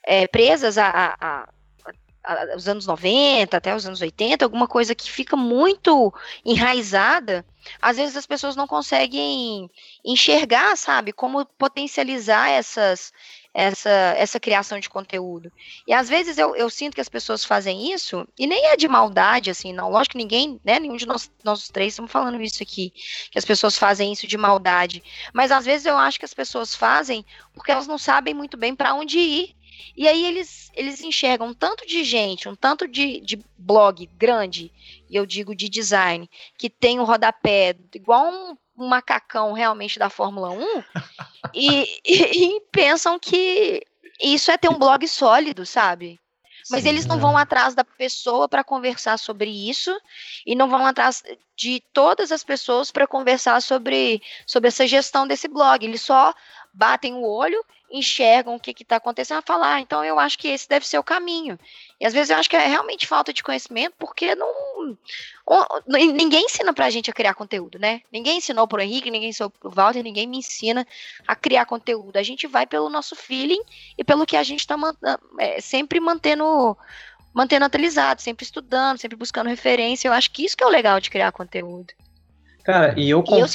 os anos 90, até os anos 80, alguma coisa que fica muito enraizada, às vezes as pessoas não conseguem enxergar, sabe, como potencializar essa criação de conteúdo. E às vezes eu sinto que as pessoas fazem isso, e nem é de maldade, assim, não, lógico que ninguém, né, nenhum de nós 3 estamos falando isso aqui, que as pessoas fazem isso de maldade, mas às vezes eu acho que as pessoas fazem porque elas não sabem muito bem para onde ir. E aí eles enxergam um tanto de gente, um tanto de blog grande, e eu digo de design, que tem um rodapé igual um macacão realmente da Fórmula 1, e pensam que isso é ter um blog sólido, sabe? Mas eles não vão atrás da pessoa para conversar sobre isso, e não vão atrás de todas as pessoas para conversar sobre essa gestão desse blog. Eles só batem o olho, enxergam o que está acontecendo e falam, então eu acho que esse deve ser o caminho. E às vezes eu acho que é realmente falta de conhecimento, porque ninguém ensina pra gente a criar conteúdo, né? Ninguém ensinou pro Henrique, ninguém ensinou pro Walter, ninguém me ensina a criar conteúdo. A gente vai pelo nosso feeling e pelo que a gente está sempre mantendo atualizado, sempre estudando, sempre buscando referência. Eu acho que isso que é o legal de criar conteúdo. Cara, e eu confesso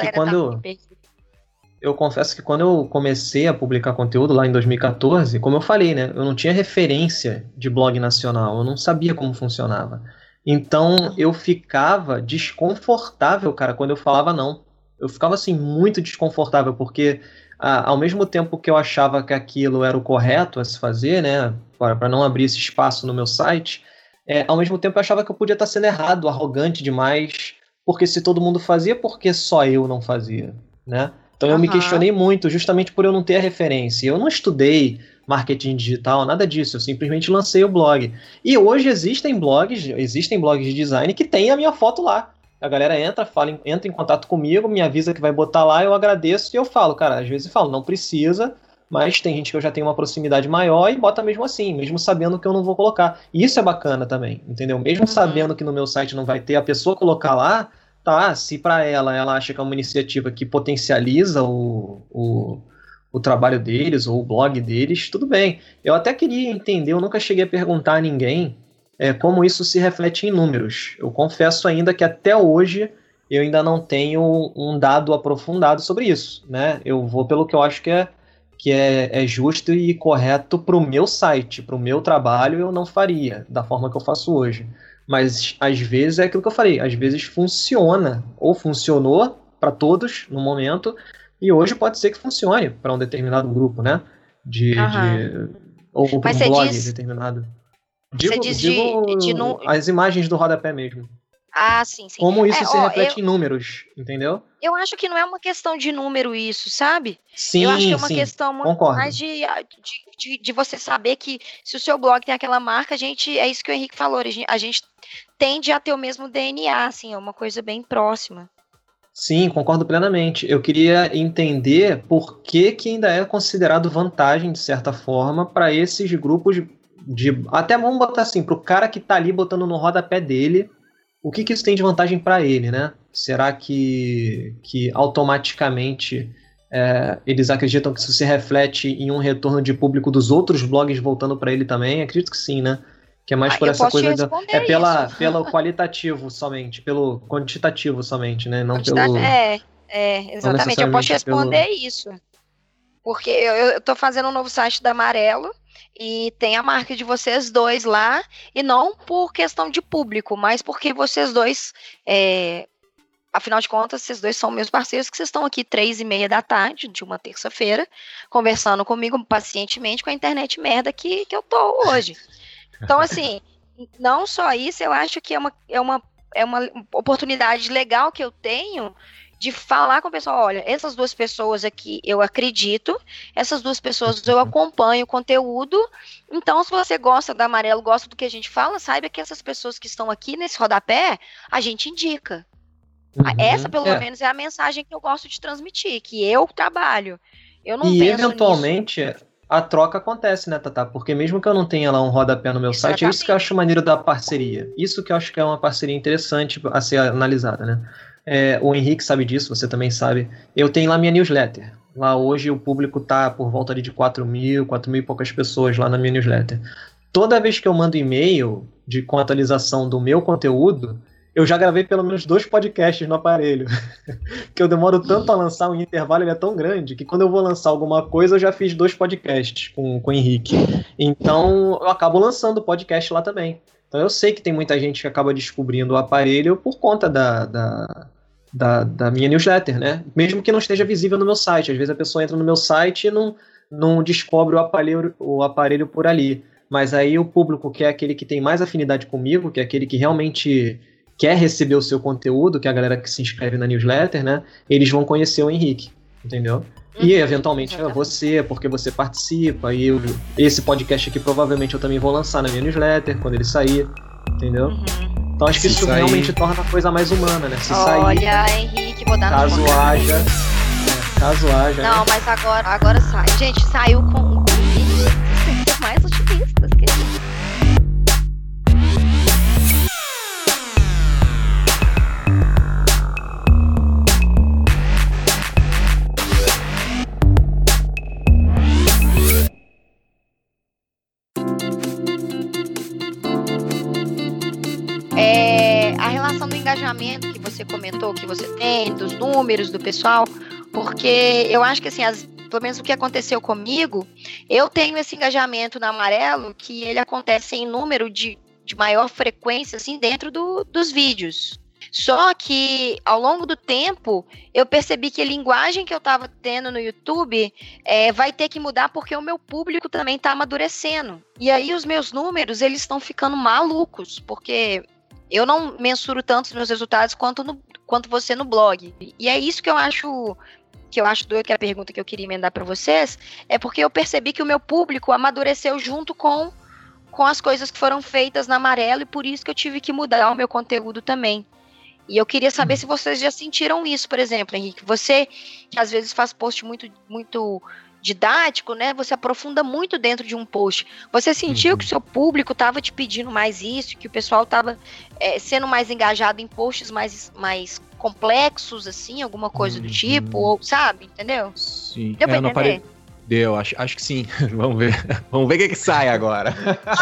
que quando eu comecei a publicar conteúdo lá em 2014, como eu falei, né, eu não tinha referência de blog nacional, eu não sabia como funcionava. Então eu ficava desconfortável, cara, quando eu falava não. Eu ficava assim muito desconfortável, porque ao mesmo tempo que eu achava que aquilo era o correto a se fazer, né, para não abrir esse espaço no meu site, ao mesmo tempo eu achava que eu podia estar sendo errado, arrogante demais, porque se todo mundo fazia, por que só eu não fazia, né? Então eu me questionei muito, justamente por eu não ter a referência. Eu não estudei marketing digital, nada disso, eu simplesmente lancei o blog. E hoje existem blogs de design que tem a minha foto lá. A galera entra em contato comigo, me avisa que vai botar lá, eu agradeço e eu falo, cara, às vezes eu falo, não precisa, mas tem gente que eu já tenho uma proximidade maior e bota mesmo assim, mesmo sabendo que eu não vou colocar. E isso é bacana também, entendeu? Mesmo sabendo que no meu site não vai ter, a pessoa colocar lá, tá, se para ela acha que é uma iniciativa que potencializa o trabalho deles ou o blog deles, tudo bem. Eu até queria entender, eu nunca cheguei a perguntar a ninguém como isso se reflete em números. Eu confesso ainda que até hoje eu ainda não tenho um dado aprofundado sobre isso, né? Eu vou pelo que eu acho que é justo e correto para o meu site, para o meu trabalho, eu não faria da forma que eu faço hoje. Mas às vezes é aquilo que eu falei, às vezes funciona, ou funcionou para todos no momento, e hoje pode ser que funcione para um determinado grupo, né? Ou para um blog determinado. Você diz de as imagens do rodapé mesmo. Ah, sim. Como isso se reflete em números, entendeu? Eu acho que não é uma questão de número isso, sabe? Sim, eu acho que é uma questão muito concordo. mais de você saber que se o seu blog tem aquela marca, é isso que o Henrique falou, a gente tende a ter o mesmo DNA, assim, é uma coisa bem próxima. Sim, concordo plenamente. Eu queria entender por que ainda é considerado vantagem, de certa forma, para esses grupos até vamos botar assim, para o cara que tá ali botando no rodapé dele, o que isso tem de vantagem para ele, né? Será que automaticamente eles acreditam que isso se reflete em um retorno de público dos outros blogs voltando para ele também? Acredito que sim, né? Que é mais por essa coisa pelo qualitativo somente, pelo quantitativo somente, né? Não pelo. Exatamente. Eu posso te responder isso. Porque eu tô fazendo um novo site da Amarelo e tem a marca de vocês dois lá, e não por questão de público, mas porque vocês dois, afinal de contas, vocês dois são meus parceiros, que vocês estão aqui 3:30 da tarde, de uma terça-feira, conversando comigo pacientemente com a internet merda que eu tô hoje. Então, assim, não só isso, eu acho que é uma oportunidade legal que eu tenho de falar com o pessoal, olha, essas duas pessoas aqui eu acredito, essas duas pessoas eu acompanho o conteúdo, então se você gosta da Amarelo, gosta do que a gente fala, saiba que essas pessoas que estão aqui nesse rodapé, a gente indica. Essa, pelo menos, é a mensagem que eu gosto de transmitir, que eu trabalho. Eu não penso eventualmente nisso. A troca acontece, né, Tatá? Porque mesmo que eu não tenha lá um rodapé no meu site, é isso que eu acho maneiro da parceria. Isso que eu acho que é uma parceria interessante a ser analisada, né? O Henrique sabe disso, você também sabe. Eu tenho lá minha newsletter. Lá hoje o público tá por volta ali de 4 mil e poucas pessoas lá na minha newsletter. Toda vez que eu mando e-mail com atualização do meu conteúdo, eu já gravei pelo menos 2 podcasts no aparelho. Que eu demoro tanto a lançar, o intervalo ele é tão grande, que quando eu vou lançar alguma coisa, eu já fiz 2 podcasts com o Henrique. Então, eu acabo lançando o podcast lá também. Então, eu sei que tem muita gente que acaba descobrindo o aparelho por conta da minha newsletter, né? Mesmo que não esteja visível no meu site. Às vezes a pessoa entra no meu site e não descobre o aparelho por ali. Mas aí o público, que é aquele que tem mais afinidade comigo, que é aquele que realmente quer receber o seu conteúdo, que é a galera que se inscreve na newsletter, né? Eles vão conhecer o Henrique, entendeu? E eventualmente você, porque você participa, e esse podcast aqui provavelmente eu também vou lançar na minha newsletter quando ele sair, entendeu? Então acho que isso realmente torna a coisa mais humana, né? Se Olha, sair, Henrique, vou dar caso haja, não, né? Mas agora sai. Gente, saiu com vídeos mais otimistas, querido. A relação do engajamento que você comentou, que você tem, dos números do pessoal, porque eu acho que assim, pelo menos o que aconteceu comigo, eu tenho esse engajamento na Amarelo, que ele acontece em número de maior frequência, assim, dentro dos vídeos. Só que, ao longo do tempo, eu percebi que a linguagem que eu estava tendo no YouTube vai ter que mudar, porque o meu público também está amadurecendo. E aí os meus números, eles estão ficando malucos, porque eu não mensuro tanto os meus resultados quanto você no blog. E é isso que eu acho doido, que é a pergunta que eu queria emendar para vocês, é porque eu percebi que o meu público amadureceu junto com as coisas que foram feitas na Amarelo, e por isso que eu tive que mudar o meu conteúdo também. E eu queria saber se vocês já sentiram isso, por exemplo, Henrique. Você, que às vezes faz post muito, muito didático, né? Você aprofunda muito dentro de um post. Você sentiu que o seu público estava te pedindo mais isso, que o pessoal estava sendo mais engajado em posts mais complexos, assim, alguma coisa do tipo, ou, sabe? Entendeu? Sim. Deu pra entender? Deu, acho que sim. Vamos ver o que sai agora.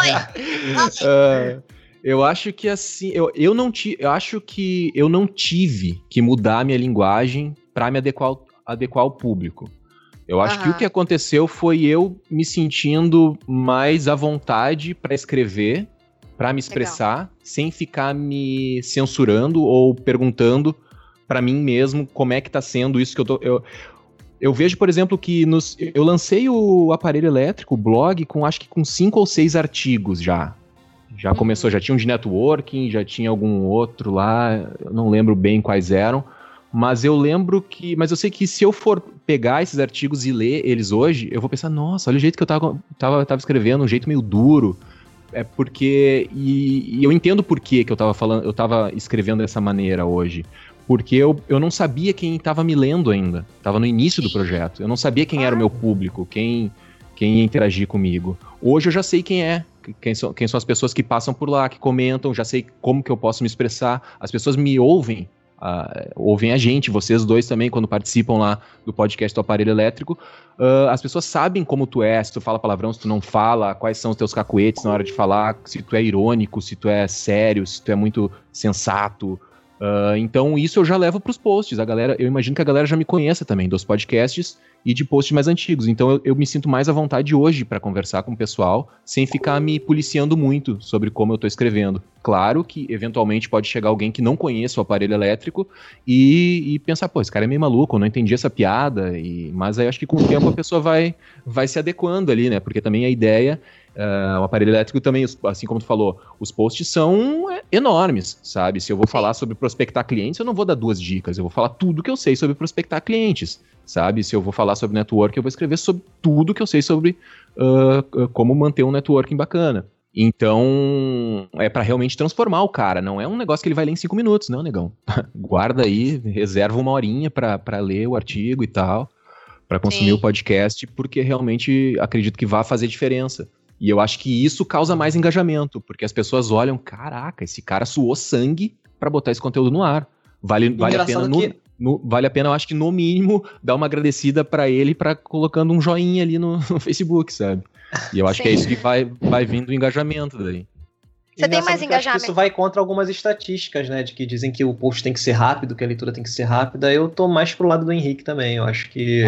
Eu acho que assim, eu acho que eu não tive que mudar a minha linguagem para me adequar ao público. Eu acho que o que aconteceu foi eu me sentindo mais à vontade para escrever, para me expressar, sem ficar me censurando ou perguntando para mim mesmo como é que tá sendo isso que eu tô... Eu vejo, por exemplo, que eu lancei o aparelho elétrico, o blog, acho que com 5 ou 6 artigos já. Já começou, já tinha um de networking, já tinha algum outro lá, eu não lembro bem quais eram, mas eu sei que se eu for pegar esses artigos e ler eles hoje, eu vou pensar, nossa, olha o jeito que eu tava escrevendo, um jeito meio duro, porque, e eu entendo por que eu tava escrevendo dessa maneira hoje, porque eu não sabia quem estava me lendo ainda, estava no início do projeto, eu não sabia quem era o meu público, quem ia interagir comigo. Hoje eu já sei quem são as pessoas que passam por lá, que comentam, já sei como que eu posso me expressar. As pessoas me ouvem, ouvem a gente, vocês dois também, quando participam lá do podcast do Aparelho Elétrico. As pessoas sabem como tu é, se tu fala palavrão, se tu não fala, quais são os teus cacuetes na hora de falar, se tu é irônico, se tu é sério, se tu é muito sensato. Então isso eu já levo pros posts. Eu imagino que a galera já me conheça também dos podcasts e de posts mais antigos. Então eu me sinto mais à vontade hoje para conversar com o pessoal, sem ficar me policiando muito sobre como eu tô escrevendo. Claro que eventualmente pode chegar alguém que não conheça o Aparelho Elétrico e pensar, pô, esse cara é meio maluco, eu não entendi essa piada. Mas aí acho que com o tempo a pessoa vai se adequando ali, né? Porque também a ideia... o Aparelho Elétrico também, assim como tu falou, os posts são enormes, sabe? Se eu vou falar sobre prospectar clientes, eu não vou dar 2 dicas, eu vou falar tudo que eu sei sobre prospectar clientes, sabe? Se eu vou falar sobre network, eu vou escrever sobre tudo que eu sei sobre como manter um networking bacana. Então, é pra realmente transformar o cara, não é um negócio que ele vai ler em 5 minutos, não, negão. Guarda aí, reserva 1 horinha pra ler o artigo e tal, pra consumir o podcast, porque realmente acredito que vai fazer diferença. E eu acho que isso causa mais engajamento, porque as pessoas olham, caraca, esse cara suou sangue pra botar esse conteúdo no ar. Vale a pena, vale a pena, eu acho que no mínimo, dar uma agradecida pra ele colocando um joinha ali no Facebook, sabe? E eu acho que é isso que vai vindo o engajamento daí. Você tem mais engajamento? Isso vai contra algumas estatísticas, né, de que dizem que o post tem que ser rápido, que a leitura tem que ser rápida. Eu tô mais pro lado do Henrique também, eu acho que...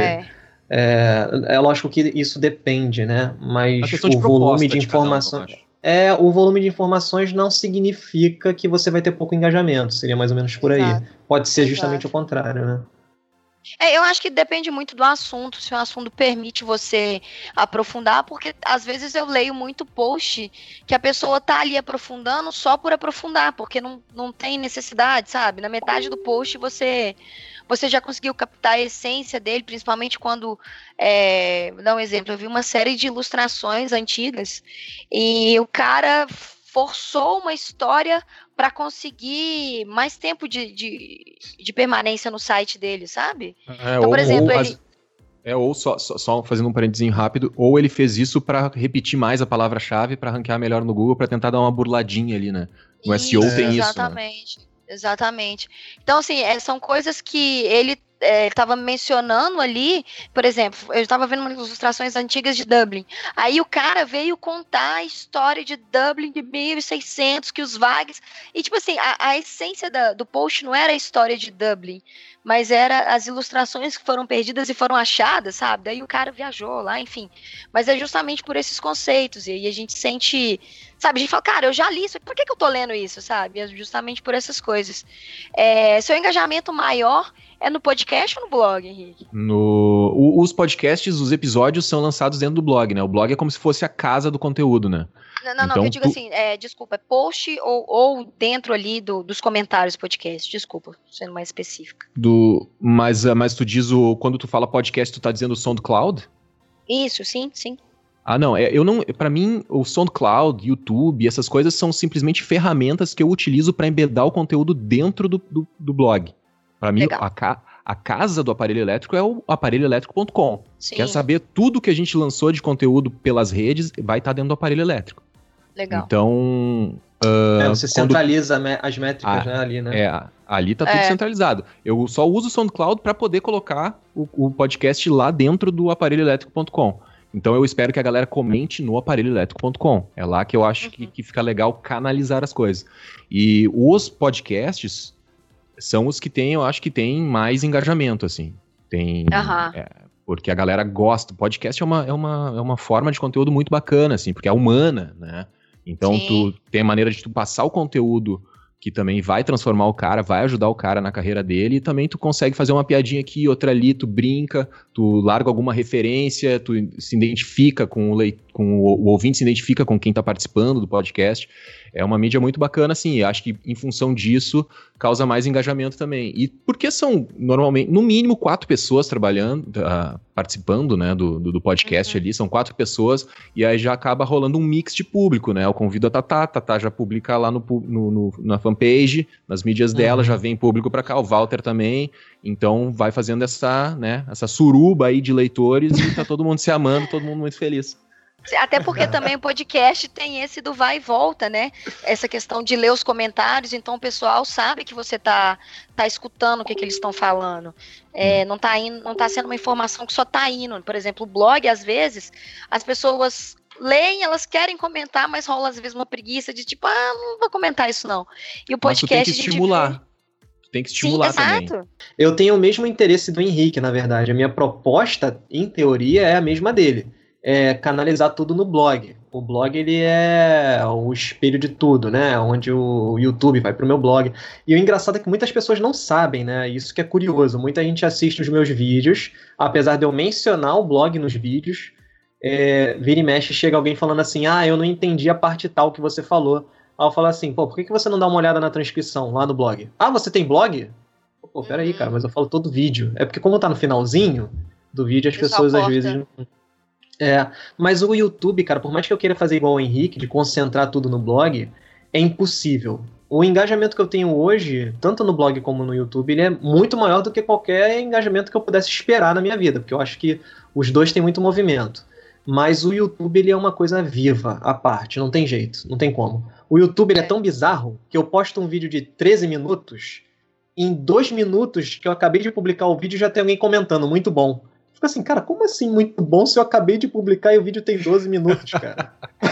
É lógico que isso depende, né? Mas o volume de informações... o volume de informações não significa que você vai ter pouco engajamento. Seria mais ou menos por aí. Pode ser justamente o contrário, né? Eu acho que depende muito do assunto, se o assunto permite você aprofundar, porque às vezes eu leio muito post que a pessoa tá ali aprofundando só por aprofundar, porque não tem necessidade, sabe? Na metade do post você já conseguiu captar a essência dele, principalmente quando, vou dar um exemplo, eu vi uma série de ilustrações antigas e o cara forçou uma história para conseguir mais tempo de permanência no site dele, sabe? Então, por exemplo, ou só fazendo um parênteses rápido, ou ele fez isso para repetir mais a palavra-chave, para ranquear melhor no Google, para tentar dar uma burladinha ali, né? No SEO tem isso, exatamente. Né? Exatamente. Então, assim, são coisas que ele estava mencionando ali. Por exemplo, eu estava vendo umas ilustrações antigas de Dublin. Aí o cara veio contar a história de Dublin de 1600, que os Vags... E, tipo assim, a essência do post não era a história de Dublin, mas era as ilustrações que foram perdidas e foram achadas, sabe? Daí o cara viajou lá, enfim. Mas é justamente por esses conceitos. E aí a gente sente... Sabe, a gente fala, cara, eu já li isso, por que eu tô lendo isso, sabe? É justamente por essas coisas. Seu engajamento maior é no podcast ou no blog, Henrique? Os podcasts, os episódios são lançados dentro do blog, né? O blog é como se fosse a casa do conteúdo, né? Não, então, eu digo assim, desculpa, post ou dentro ali dos comentários do podcast, desculpa, sendo mais específica. Mas tu diz, quando tu fala podcast, tu tá dizendo o SoundCloud? Isso, sim. Não, pra mim, o SoundCloud, YouTube, essas coisas são simplesmente ferramentas que eu utilizo para embedar o conteúdo dentro do blog. Pra mim, a casa do Aparelho Elétrico é o aparelhoelétrico.com. Quer saber tudo que a gente lançou de conteúdo pelas redes, vai estar dentro do Aparelho Elétrico. Legal. Então... você centraliza as métricas, né, ali, né? Ali tá tudo centralizado. Eu só uso o SoundCloud para poder colocar o podcast lá dentro do aparelhoelétrico.com. Então eu espero que a galera comente no aparelhoelétrico.com. É lá que eu acho que fica legal canalizar as coisas. E os podcasts são os que eu acho que tem mais engajamento, assim. Porque a galera gosta. Podcast é uma forma de conteúdo muito bacana, assim, porque é humana, né? Então tu tem a maneira de tu passar o conteúdo que também vai transformar o cara, vai ajudar o cara na carreira dele, e também tu consegue fazer uma piadinha aqui, outra ali, tu brinca, tu larga alguma referência, tu se identifica com o ouvinte, se identifica com quem tá participando do podcast. É uma mídia muito bacana, assim, acho que em função disso causa mais engajamento também. E porque são, normalmente, no mínimo 4 pessoas trabalhando, participando, né, do podcast ali, são 4 pessoas, e aí já acaba rolando um mix de público, né? Eu convido a Tatá já publica lá na fanpage, nas mídias dela, já vem público pra cá, o Walter também, então vai fazendo essa suruba aí de leitores e tá todo mundo se amando, todo mundo muito feliz. Até porque também o podcast tem esse do vai e volta, né? Essa questão de ler os comentários, então o pessoal sabe que você tá escutando o que eles estão falando. Não tá sendo uma informação que só tá indo. Por exemplo, o blog, às vezes, as pessoas leem, elas querem comentar, mas rola às vezes uma preguiça de tipo, não vou comentar isso não. E o podcast mas tu tem que estimular. Tem que estimular. Sim, também. Exato. Eu tenho o mesmo interesse do Henrique, na verdade. A minha proposta, em teoria, é a mesma dele. Canalizar tudo no blog. O blog, ele é o espelho de tudo, né? Onde o YouTube vai pro meu blog. E o engraçado é que muitas pessoas não sabem, né? Isso que é curioso. Muita gente assiste os meus vídeos, apesar de eu mencionar o blog nos vídeos, vira e mexe, chega alguém falando assim, eu não entendi a parte tal que você falou. Aí eu falo assim, por que você não dá uma olhada na transcrição lá no blog? Você tem blog? Peraí, cara, mas eu falo todo vídeo. É porque como tá no finalzinho do vídeo, as pessoas às vezes não... Mas o YouTube, cara, por mais que eu queira fazer igual o Henrique, de concentrar tudo no blog, é impossível. O engajamento que eu tenho hoje, tanto no blog como no YouTube, ele é muito maior do que qualquer engajamento que eu pudesse esperar na minha vida, porque eu acho que os dois têm muito movimento. Mas o YouTube, ele é uma coisa viva, à parte, não tem jeito, não tem como. O YouTube, ele é tão bizarro que eu posto um vídeo de 13 minutos, em 2 minutos que eu acabei de publicar o vídeo, já tem alguém comentando, muito bom. Fica assim, cara, como assim muito bom se eu acabei de publicar e o vídeo tem 12 minutos, cara?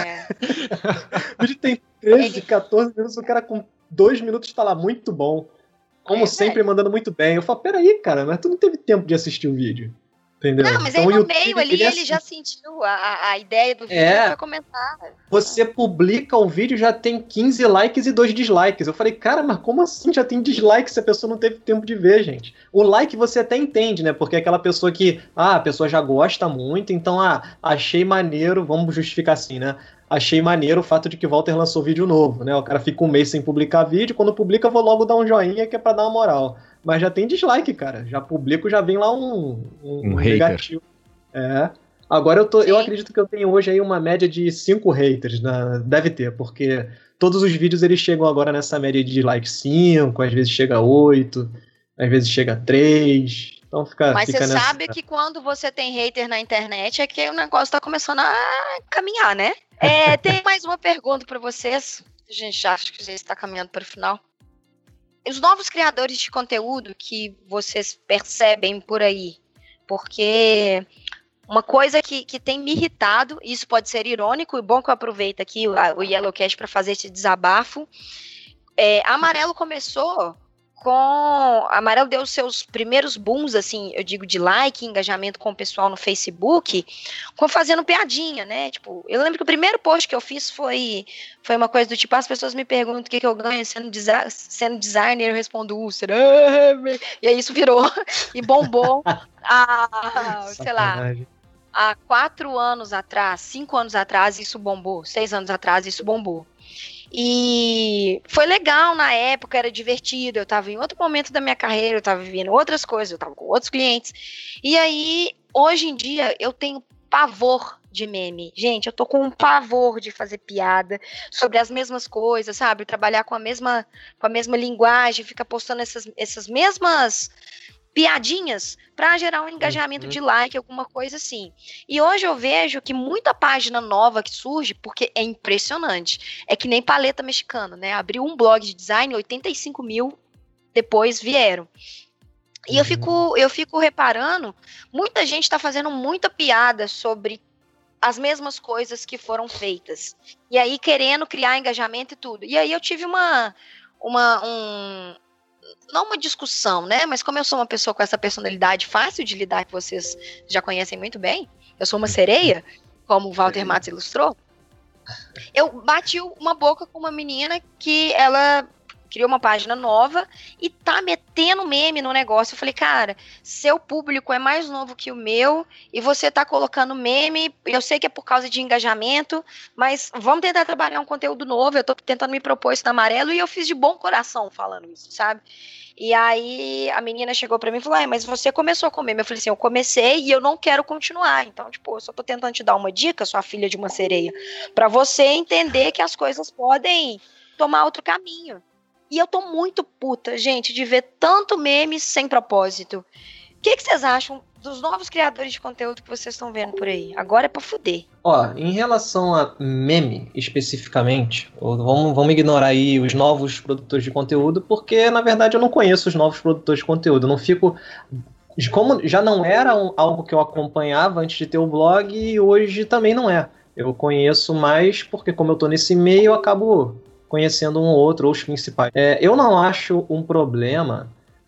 O vídeo tem 13, 14 minutos, o cara com 2 minutos tá lá, muito bom. Como sempre, mandando muito bem. Eu falo, peraí, cara, mas tu não teve tempo de assistir o vídeo. Entendeu? Não, mas então, aí no meio ali ele já sentiu a ideia do vídeo e foi comentar. Você publica o vídeo, já tem 15 likes e 2 dislikes. Eu falei, cara, mas como assim já tem dislike se a pessoa não teve tempo de ver, gente? O like você até entende, né? Porque é aquela pessoa que, a pessoa já gosta muito, então, achei maneiro, vamos justificar assim, né? Achei maneiro o fato de que o Walter lançou vídeo novo, né? O cara fica um mês sem publicar vídeo, quando publica eu vou logo dar um joinha que é pra dar uma moral. Mas já tem dislike, cara. Já publico, já vem lá um negativo. Agora eu acredito que eu tenho hoje aí uma média de 5 haters. Deve ter, porque todos os vídeos eles chegam agora nessa média de dislike 5, às vezes chega 8, às vezes chega 3. Então Mas você sabe que quando você tem hater na internet é que o negócio tá começando a caminhar, né? Tem mais uma pergunta para vocês. A gente já acho que já está caminhando para o final. Os novos criadores de conteúdo que vocês percebem por aí, porque uma coisa que tem me irritado, isso pode ser irônico, e bom que eu aproveito aqui o Yellowcast para fazer esse desabafo. Amarelo começou Amarelo deu os seus primeiros booms, assim, eu digo, de like, engajamento com o pessoal no Facebook, fazendo piadinha, né? Tipo, eu lembro que o primeiro post que eu fiz foi uma coisa do tipo, as pessoas me perguntam o que eu ganho sendo designer, eu respondo úlcera. E aí isso virou e bombou sei lá, há 4 anos atrás, 5 anos atrás isso bombou, 6 anos atrás isso bombou. E foi legal na época, era divertido, eu estava em outro momento da minha carreira, eu estava vivendo outras coisas, eu estava com outros clientes. E aí, hoje em dia, eu tenho pavor de meme. Gente, eu tô com um pavor de fazer piada sobre as mesmas coisas, sabe? Trabalhar com a mesma linguagem, ficar postando essas mesmas piadinhas para gerar um engajamento de like, alguma coisa assim. E hoje eu vejo que muita página nova que surge, porque é impressionante, é que nem paleta mexicana, né? Abriu um blog de design, 85 mil depois vieram. E eu fico reparando, muita gente está fazendo muita piada sobre as mesmas coisas que foram feitas. E aí querendo criar engajamento e tudo. E aí eu tive não uma discussão, né? Mas como eu sou uma pessoa com essa personalidade fácil de lidar, que vocês já conhecem muito bem, eu sou uma sereia, como o Walter Matos ilustrou, eu bati uma boca com uma menina que ela criou uma página nova e tá metendo meme no negócio. Eu falei, cara, seu público é mais novo que o meu e você tá colocando meme, eu sei que é por causa de engajamento, mas vamos tentar trabalhar um conteúdo novo, eu tô tentando me propor isso na Amarelo e eu fiz de bom coração falando isso, sabe? E aí a menina chegou pra mim e falou, mas você começou com meme. Eu falei assim, eu comecei e eu não quero continuar, então, tipo, eu só tô tentando te dar uma dica, sua filha de uma sereia, pra você entender que as coisas podem tomar outro caminho. E eu tô muito puta, gente, de ver tanto meme sem propósito. O que vocês acham dos novos criadores de conteúdo que vocês estão vendo por aí? Agora é pra fuder. Ó, em relação a meme, especificamente, vamos ignorar aí os novos produtores de conteúdo, porque, na verdade, eu não conheço os novos produtores de conteúdo. Eu não fico... Como já não era algo que eu acompanhava antes de ter o blog, e hoje também não é. Eu conheço mais porque, como eu tô nesse meio, eu acabo conhecendo um ou outro, ou os principais. Eu não acho um problema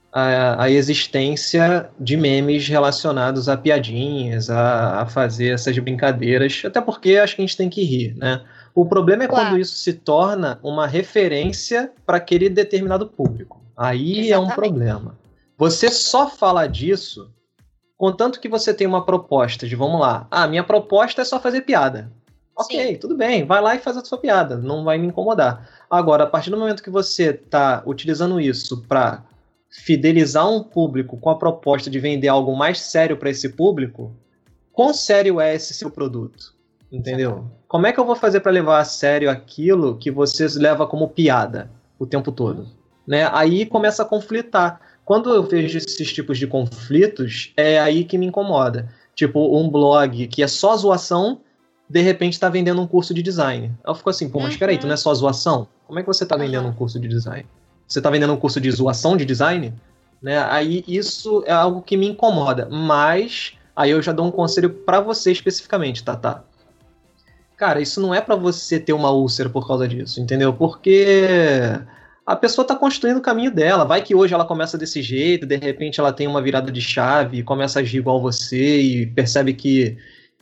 a existência de memes relacionados a piadinhas, a fazer essas brincadeiras, até porque acho que a gente tem que rir, né? O problema é quando isso se torna uma referência para aquele determinado público. Aí é um problema. Você só fala disso contanto que você tem uma proposta de, vamos lá, minha proposta é só fazer piada. Ok, sim, tudo bem, vai lá e faz a sua piada, não vai me incomodar. Agora, a partir do momento que você está utilizando isso para fidelizar um público com a proposta de vender algo mais sério para esse público, quão sério é esse seu produto? Entendeu? Como é que eu vou fazer para levar a sério aquilo que você leva como piada o tempo todo? Né? Aí começa a conflitar. Quando eu vejo esses tipos de conflitos, é aí que me incomoda. Tipo, um blog que é só zoação, de repente está vendendo um curso de design. Eu fico assim, mas peraí, tu não é só zoação? Como é que você está vendendo um curso de design? Você está vendendo um curso de zoação de design? Né? Aí isso é algo que me incomoda. Mas aí eu já dou um conselho para você especificamente, Tatá. Cara, isso não é para você ter uma úlcera por causa disso, entendeu? Porque a pessoa está construindo o caminho dela. Vai que hoje ela começa desse jeito, de repente ela tem uma virada de chave, começa a agir igual você e percebe que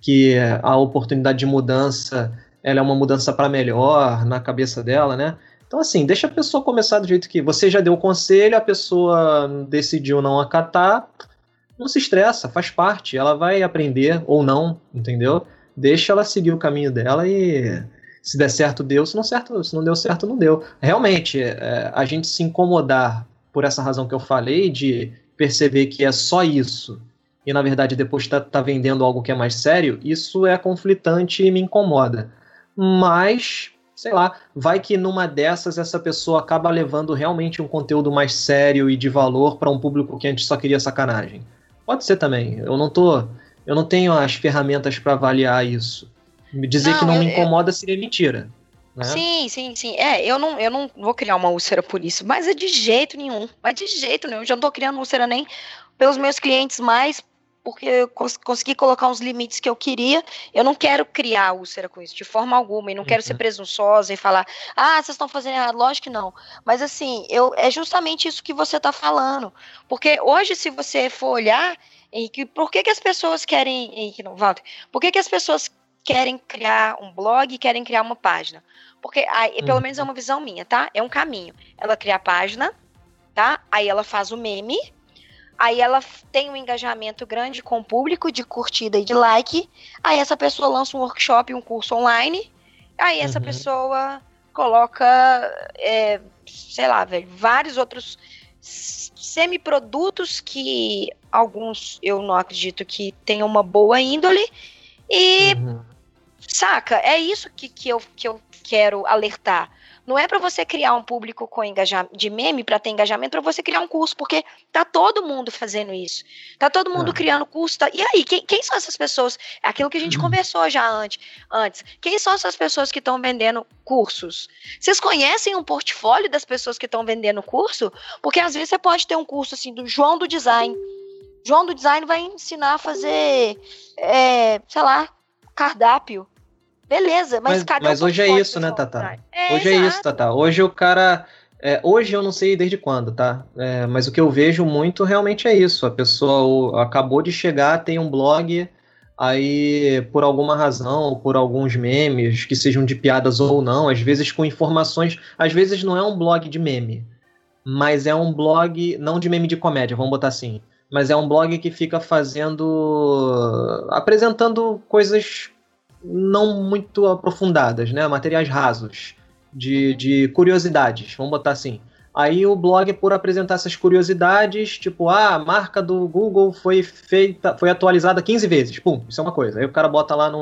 a oportunidade de mudança ela é uma mudança para melhor na cabeça dela, né? Então, assim, deixa a pessoa começar do jeito que você já deu o conselho, a pessoa decidiu não acatar, não se estressa, faz parte, ela vai aprender ou não, entendeu? Deixa ela seguir o caminho dela e se der certo, deu, se não deu certo, não deu. Realmente, a gente se incomodar por essa razão que eu falei, de perceber que é só isso, e na verdade depois tá vendendo algo que é mais sério, isso é conflitante e me incomoda. Mas, sei lá, vai que numa dessas essa pessoa acaba levando realmente um conteúdo mais sério e de valor para um público que antes só queria sacanagem. Pode ser também, eu não tenho as ferramentas para avaliar isso. Dizer que não me incomoda seria mentira. Né? Sim. Eu não vou criar uma úlcera por isso, mas é de jeito nenhum. Eu já não tô criando úlcera nem pelos meus clientes mais, porque eu consegui colocar uns limites que eu queria. Eu não quero criar úlcera com isso, de forma alguma, e não quero ser presunçosa e falar, vocês estão fazendo errado, lógico que não. Mas assim, é justamente isso que você tá falando. Porque hoje, se você for olhar, Henrique, por que as pessoas querem, Henrique, não, Walter, por que as pessoas querem criar um blog e querem criar uma página? Porque, pelo menos é uma visão minha, tá? É um caminho. Ela cria a página, tá? Aí ela faz o meme, aí ela tem um engajamento grande com o público de curtida e de like, aí essa pessoa lança um workshop, um curso online, aí essa pessoa coloca, sei lá, velho, vários outros semiprodutos que alguns eu não acredito que tenham uma boa índole e... Saca? É isso que eu quero alertar. Não é para você criar um público com engajamento de meme para ter engajamento, para você criar um curso, porque tá todo mundo fazendo isso. Tá todo mundo criando curso. E aí, quem são essas pessoas? Aquilo que a gente conversou já antes. Quem são essas pessoas que estão vendendo cursos? Vocês conhecem um portfólio das pessoas que estão vendendo curso? Porque às vezes você pode ter um curso assim do João do Design. João do Design vai ensinar a fazer, sei lá, cardápio. Beleza, mas cadê Mas hoje é isso, né, Tatá? Hoje é isso, Tatá. Hoje o cara... hoje eu não sei desde quando, tá? Mas o que eu vejo muito realmente é isso. A pessoa acabou de chegar, tem um blog, aí por alguma razão, ou por alguns memes, que sejam de piadas ou não, às vezes com informações... Às vezes não é um blog de meme. mas é um blog, não de meme de comédia, vamos botar assim, mas é um blog que fica apresentando coisas não muito aprofundadas, né? Materiais rasos, de curiosidades, vamos botar assim. Aí o blog, por apresentar essas curiosidades, tipo, a marca do Google foi atualizada 15 vezes. Pum, isso é uma coisa. Aí o cara bota lá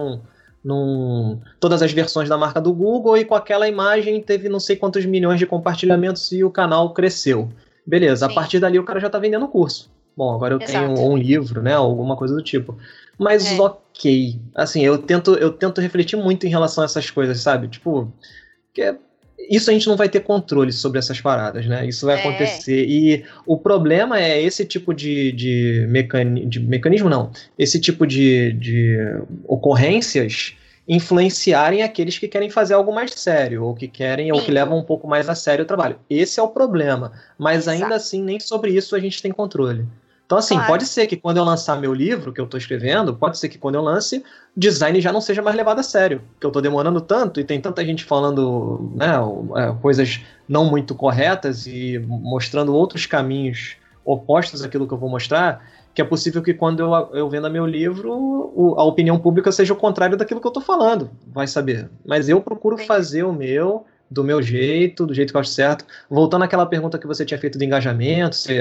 todas as versões da marca do Google e com aquela imagem teve não sei quantos milhões de compartilhamentos e o canal cresceu. Beleza, Sim. A partir dali o cara já tá vendendo o curso. Bom, agora eu tenho um livro, né, alguma coisa do tipo. Mas ok, assim, eu tento refletir muito em relação a essas coisas, sabe? Tipo, isso a gente não vai ter controle sobre essas paradas, né? Isso vai acontecer. E o problema é esse tipo de mecanismo, não. Esse tipo de ocorrências influenciarem aqueles que querem fazer algo mais sério, ou que querem, ou que levam um pouco mais a sério o trabalho. Esse é o problema. Mas ainda assim, nem sobre isso a gente tem controle. Então, assim, pode ser que quando eu lançar meu livro, que eu estou escrevendo, pode ser que quando eu lance, design já não seja mais levado a sério. Porque eu estou demorando tanto e tem tanta gente falando, né, coisas não muito corretas e mostrando outros caminhos opostos àquilo que eu vou mostrar, que é possível que quando eu venda meu livro, a opinião pública seja o contrário daquilo que eu estou falando. Vai saber. Mas eu procuro fazer o meu do meu jeito, do jeito que eu acho certo. Voltando àquela pergunta que você tinha feito do engajamento, se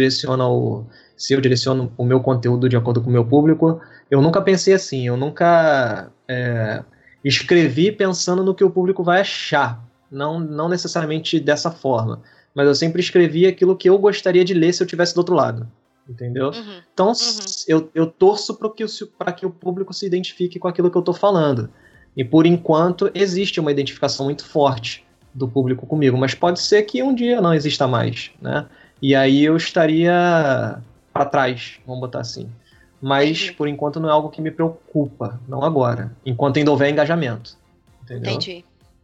eu direciono o meu conteúdo de acordo com o meu público, eu nunca pensei assim, eu nunca escrevi pensando no que o público vai achar, não necessariamente dessa forma, mas eu sempre escrevi aquilo que eu gostaria de ler se eu estivesse do outro lado, entendeu? Então, eu torço para que o público se identifique com aquilo que eu estou falando. E por enquanto existe uma identificação muito forte do público comigo, mas pode ser que um dia não exista mais, né? E aí eu estaria para trás, vamos botar assim. Mas por enquanto não é algo que me preocupa, não agora, enquanto ainda houver engajamento. Entendeu? Entendi.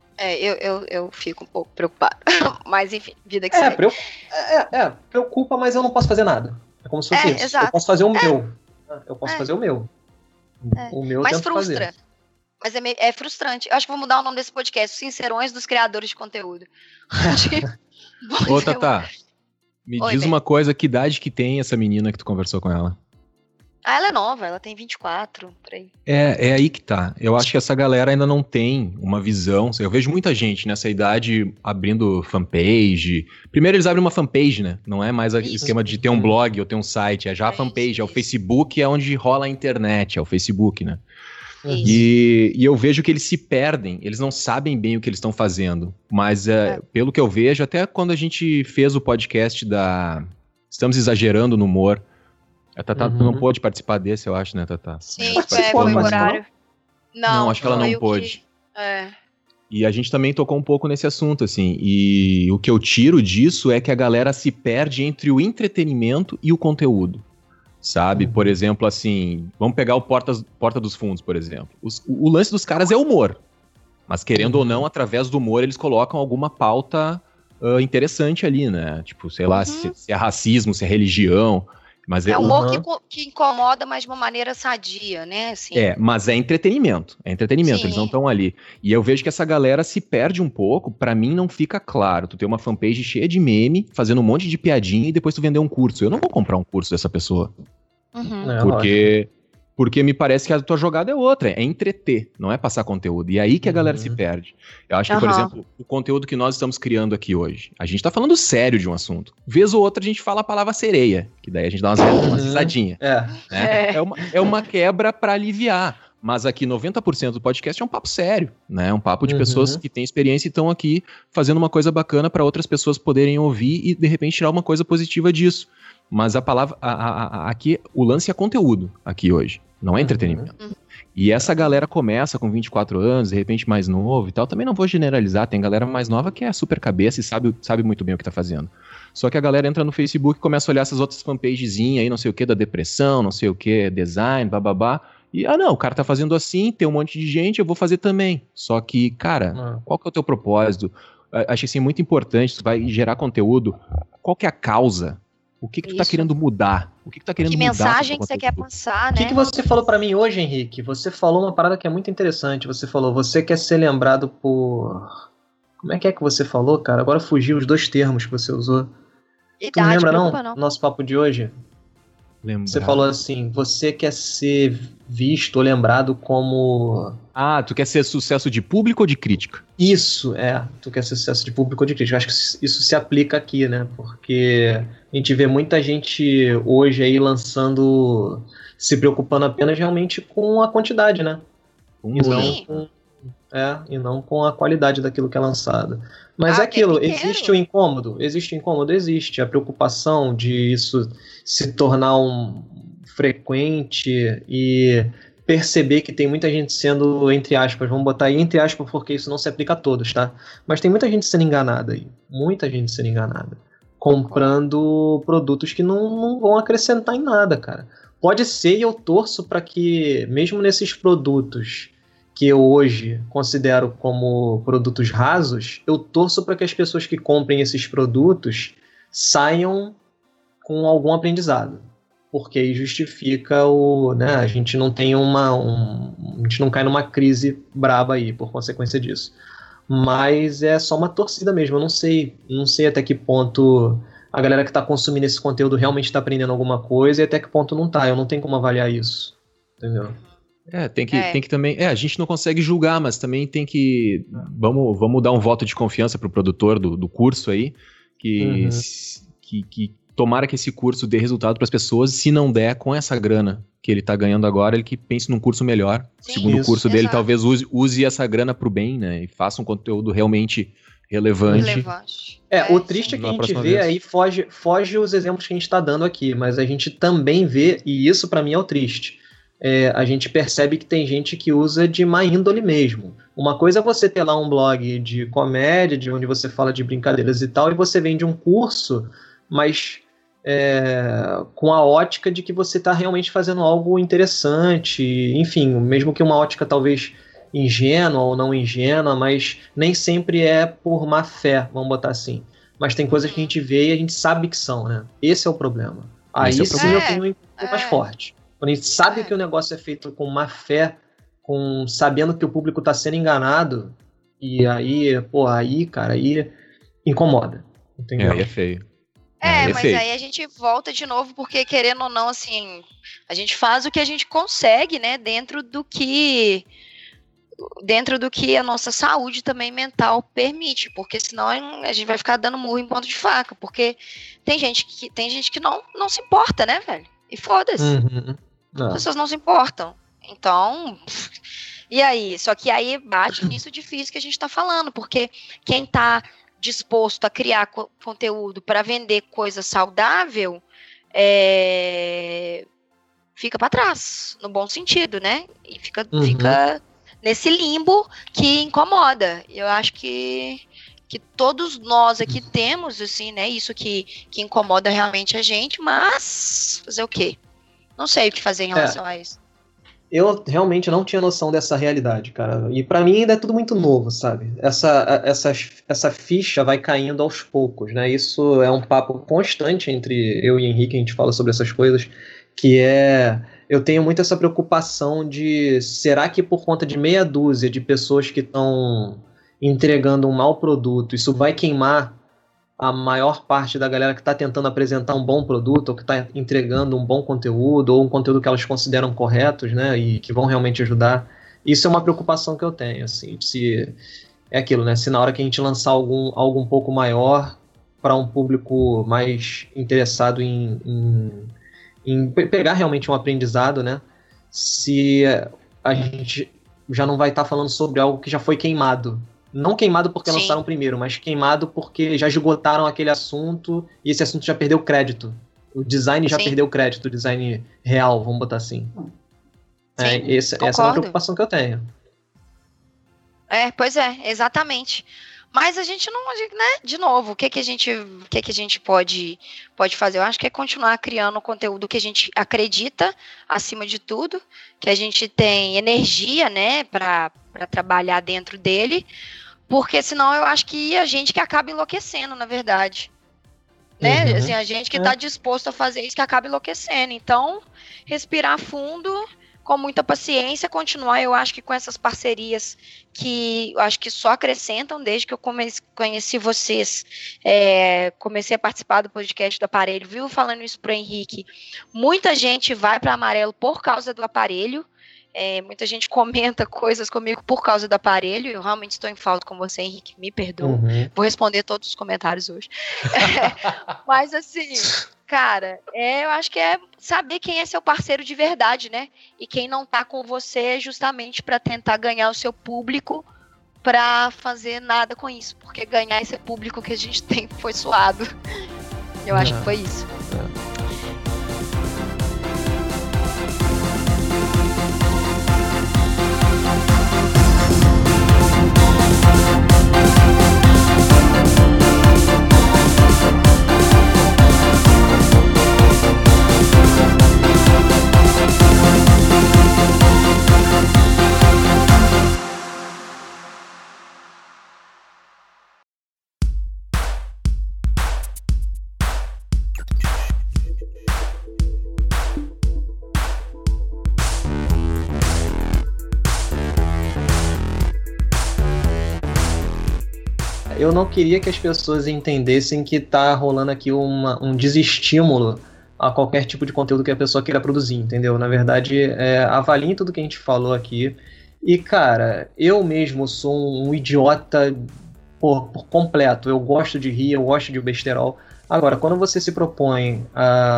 Eu fico um pouco preocupado. Mas enfim, vida que segue. Preocupa, mas eu não posso fazer nada. É como se fosse isso. Exato. Eu posso fazer o meu. Eu posso fazer o meu. O meu eu tento frustra. fazer. Mas é frustrante. Eu acho que vou mudar o nome desse podcast, Sincerões dos Criadores de Conteúdo. Ô, Tatá, me diz uma coisa, que idade que tem essa menina que tu conversou com ela? Ela é nova, ela tem 24, por aí. É aí que tá. Eu acho que essa galera ainda não tem uma visão. Eu vejo muita gente nessa idade abrindo fanpage. Primeiro eles abrem uma fanpage, né? Não é mais o esquema de ter um blog ou ter um site. É já a fanpage, é o Facebook, é onde rola a internet, é o Facebook, né? E eu vejo que eles se perdem, eles não sabem bem o que eles estão fazendo. Mas pelo que eu vejo, até quando a gente fez o podcast Estamos Exagerando no Humor, a Tatá não pôde participar desse, eu acho, né, Tatá? Sim, foi o horário. Não, acho que ela não pôde. E a gente também tocou um pouco nesse assunto, assim. E o que eu tiro disso é que a galera se perde entre o entretenimento e o conteúdo. Sabe? Por exemplo, assim, vamos pegar o Porta dos Fundos, por exemplo. O lance dos caras é humor. Mas querendo ou não, através do humor, eles colocam alguma pauta interessante ali, né? Tipo, sei lá, se é racismo, se é religião. Mas humor que incomoda, mas de uma maneira sadia, né? Assim. Mas é entretenimento. Sim. Eles não estão ali. E eu vejo que essa galera se perde um pouco. Pra mim não fica claro. Tu tem uma fanpage cheia de meme, fazendo um monte de piadinha e depois tu vender um curso. Eu não vou comprar um curso dessa pessoa. Porque me parece que a tua jogada é outra, é entreter, não é passar conteúdo. E é aí que a galera se perde. Eu acho que, por exemplo, o conteúdo que nós estamos criando aqui hoje, a gente tá falando sério de um assunto. Vez ou outra a gente fala a palavra sereia, que daí a gente dá umas risadinhas. É uma quebra pra aliviar. Mas aqui 90% do podcast é um papo sério, né? Um papo de pessoas que têm experiência e estão aqui fazendo uma coisa bacana para outras pessoas poderem ouvir e de repente tirar uma coisa positiva disso. Mas a palavra, aqui, o lance é conteúdo aqui hoje, não é entretenimento. E essa galera começa com 24 anos, de repente mais novo e tal, também não vou generalizar, tem galera mais nova que é super cabeça e sabe muito bem o que tá fazendo. Só que a galera entra no Facebook e começa a olhar essas outras fanpagezinhas aí, não sei o que, da depressão, não sei o que, design, bababá, e não, o cara tá fazendo assim, tem um monte de gente, eu vou fazer também. Só que, cara, qual que é o teu propósito? Acho assim, muito importante, tu vai gerar conteúdo, qual que é a causa? O que tu tá querendo mudar? O que tu tá querendo mudar? Que mensagem que você quer passar, né? O que você falou pra mim hoje, Henrique? Você falou uma parada que é muito interessante. Você falou, você quer ser lembrado por... Como é que você falou, cara? Agora fugiu os dois termos que você usou. Tu não lembra, preocupa, não? Nosso papo de hoje? Lembrar. Você falou assim, você quer ser visto ou lembrado como... Ah, tu quer ser sucesso de público ou de crítica? Isso, tu quer ser sucesso de público ou de crítica. Eu acho que isso se aplica aqui, né? Porque a gente vê muita gente hoje aí lançando, se preocupando apenas realmente com a quantidade, né? E não com a qualidade daquilo que é lançado. Mas é aquilo, existe o incômodo? Existe. A preocupação de isso se tornar frequente e perceber que tem muita gente sendo, entre aspas, vamos botar aí entre aspas porque isso não se aplica a todos, tá? Mas tem muita gente sendo enganada aí. Muita gente sendo enganada. Comprando produtos que não vão acrescentar em nada, cara. Pode ser, e eu torço para que, mesmo nesses produtos que eu hoje considero como produtos rasos, eu torço para que as pessoas que comprem esses produtos saiam com algum aprendizado. Porque aí justifica né, a gente não tem a gente não cai numa crise braba aí por consequência disso. Mas é só uma torcida mesmo, eu não sei até que ponto a galera que está consumindo esse conteúdo realmente está aprendendo alguma coisa e até que ponto não tá, eu não tenho como avaliar isso, entendeu? Tem que também... a gente não consegue julgar, mas também tem que... Vamos dar um voto de confiança pro produtor do curso aí, que tomara que esse curso dê resultado para as pessoas, se não der, com essa grana que ele tá ganhando agora, ele que pense num curso melhor. Sim, segundo o curso dele, talvez use essa grana pro bem, né? E faça um conteúdo realmente relevante. O triste é que a gente vê aí, foge os exemplos que a gente tá dando aqui, mas a gente também vê, e isso para mim é o triste, a gente percebe que tem gente que usa de má índole mesmo. Uma coisa é você ter lá um blog de comédia, de onde você fala de brincadeiras e tal, e você vende um curso, mas com a ótica de que você está realmente fazendo algo interessante, enfim, mesmo que uma ótica talvez ingênua ou não ingênua, mas nem sempre é por má fé, vamos botar assim. Mas tem coisas que a gente vê e a gente sabe que são, né? Esse é o problema. Aí sim eu tenho um pouco mais forte. Quando a gente sabe que o negócio é feito com má fé, sabendo que o público está sendo enganado, e aí, cara, aí incomoda. Entendeu? Aí é feio. Mas aí a gente volta de novo, porque querendo ou não, assim, a gente faz o que a gente consegue, né, dentro do que a nossa saúde também mental permite, porque senão a gente vai ficar dando murro em ponto de faca, porque tem gente que não se importa, né, velho? E foda-se. As pessoas não se importam. Então, e aí? Só que aí bate nisso difícil que a gente tá falando, porque quem tá disposto a criar conteúdo para vender coisa saudável, fica para trás, no bom sentido, né? E fica nesse limbo que incomoda. Eu acho que todos nós aqui temos, assim, né? Isso que incomoda realmente a gente, mas fazer o quê? Não sei o que fazer em relação a isso. Eu realmente não tinha noção dessa realidade, cara. E pra mim ainda é tudo muito novo, sabe? Essa ficha vai caindo aos poucos, né? Isso é um papo constante entre eu e Henrique, a gente fala sobre essas coisas, que eu tenho muito essa preocupação de, será que por conta de meia dúzia de pessoas que estão entregando um mau produto, isso vai queimar a maior parte da galera que está tentando apresentar um bom produto, ou que está entregando um bom conteúdo, ou um conteúdo que elas consideram corretos, né, e que vão realmente ajudar. Isso é uma preocupação que eu tenho, assim, é aquilo, né, se na hora que a gente lançar algo um pouco maior para um público mais interessado em pegar realmente um aprendizado, né, se a gente já não vai estar falando sobre algo que já foi queimado. Não queimado porque lançaram primeiro, mas queimado porque já esgotaram aquele assunto e esse assunto já perdeu crédito. O design já perdeu crédito, o design real, vamos botar assim. Essa é uma preocupação que eu tenho. Pois é, exatamente. Mas a gente não, né, de novo, o que a gente pode fazer? Eu acho que é continuar criando o conteúdo que a gente acredita, acima de tudo, que a gente tem energia, né, para trabalhar dentro dele, porque senão eu acho que a gente que acaba enlouquecendo, na verdade. Né? Assim, a gente que está disposto a fazer isso que acaba enlouquecendo. Então, respirar fundo, com muita paciência, continuar, eu acho que com essas parcerias que eu acho que só acrescentam desde que eu conheci vocês, comecei a participar do podcast do Aparelho, viu, falando isso pro Henrique, muita gente vai para Amarelo por causa do Aparelho, muita gente comenta coisas comigo por causa do Aparelho, eu realmente estou em falta com você, Henrique, me perdoa, vou responder todos os comentários hoje, mas assim... Cara, eu acho que é saber quem é seu parceiro de verdade, né? E quem não tá com você justamente para tentar ganhar o seu público para fazer nada com isso. Porque ganhar esse público que a gente tem foi suado. Eu acho que foi isso. Eu não queria que as pessoas entendessem que tá rolando aqui um desestímulo a qualquer tipo de conteúdo que a pessoa queira produzir, entendeu? Na verdade, avaliem tudo que a gente falou aqui. E, cara, eu mesmo sou um idiota por completo. Eu gosto de rir, eu gosto de besterol. Agora, quando você se propõe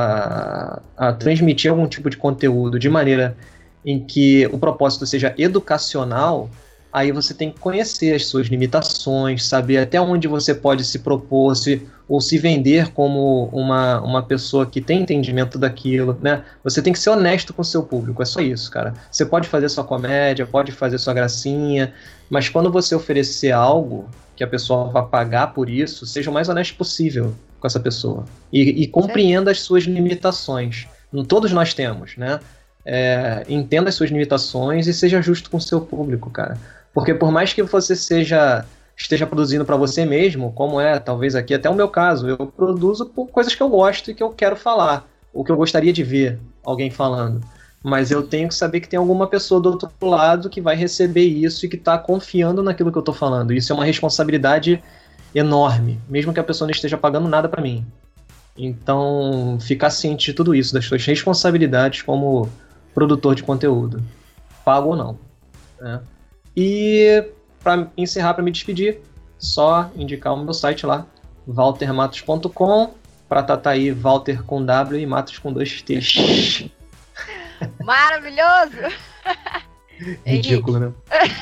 a transmitir algum tipo de conteúdo de maneira em que o propósito seja educacional, aí você tem que conhecer as suas limitações, saber até onde você pode se propor, ou se vender como uma pessoa que tem entendimento daquilo, né? Você tem que ser honesto com o seu público, é só isso, cara. Você pode fazer sua comédia, pode fazer sua gracinha, mas quando você oferecer algo que a pessoa vai pagar por isso, seja o mais honesto possível com essa pessoa. E compreenda as suas limitações. Todos nós temos, né? Entenda as suas limitações e seja justo com o seu público, cara. Porque por mais que você esteja produzindo para você mesmo, como talvez aqui até o meu caso, eu produzo por coisas que eu gosto e que eu quero falar, o que eu gostaria de ver alguém falando. Mas eu tenho que saber que tem alguma pessoa do outro lado que vai receber isso e que está confiando naquilo que eu estou falando. Isso é uma responsabilidade enorme, mesmo que a pessoa não esteja pagando nada para mim. Então, ficar ciente de tudo isso, das suas responsabilidades como produtor de conteúdo, pago ou não, né? E para encerrar, para me despedir, só indicar o meu site lá, waltermatos.com, para tá aí Walter com W e Matos com 2 T's. Maravilhoso! Ridículo, né?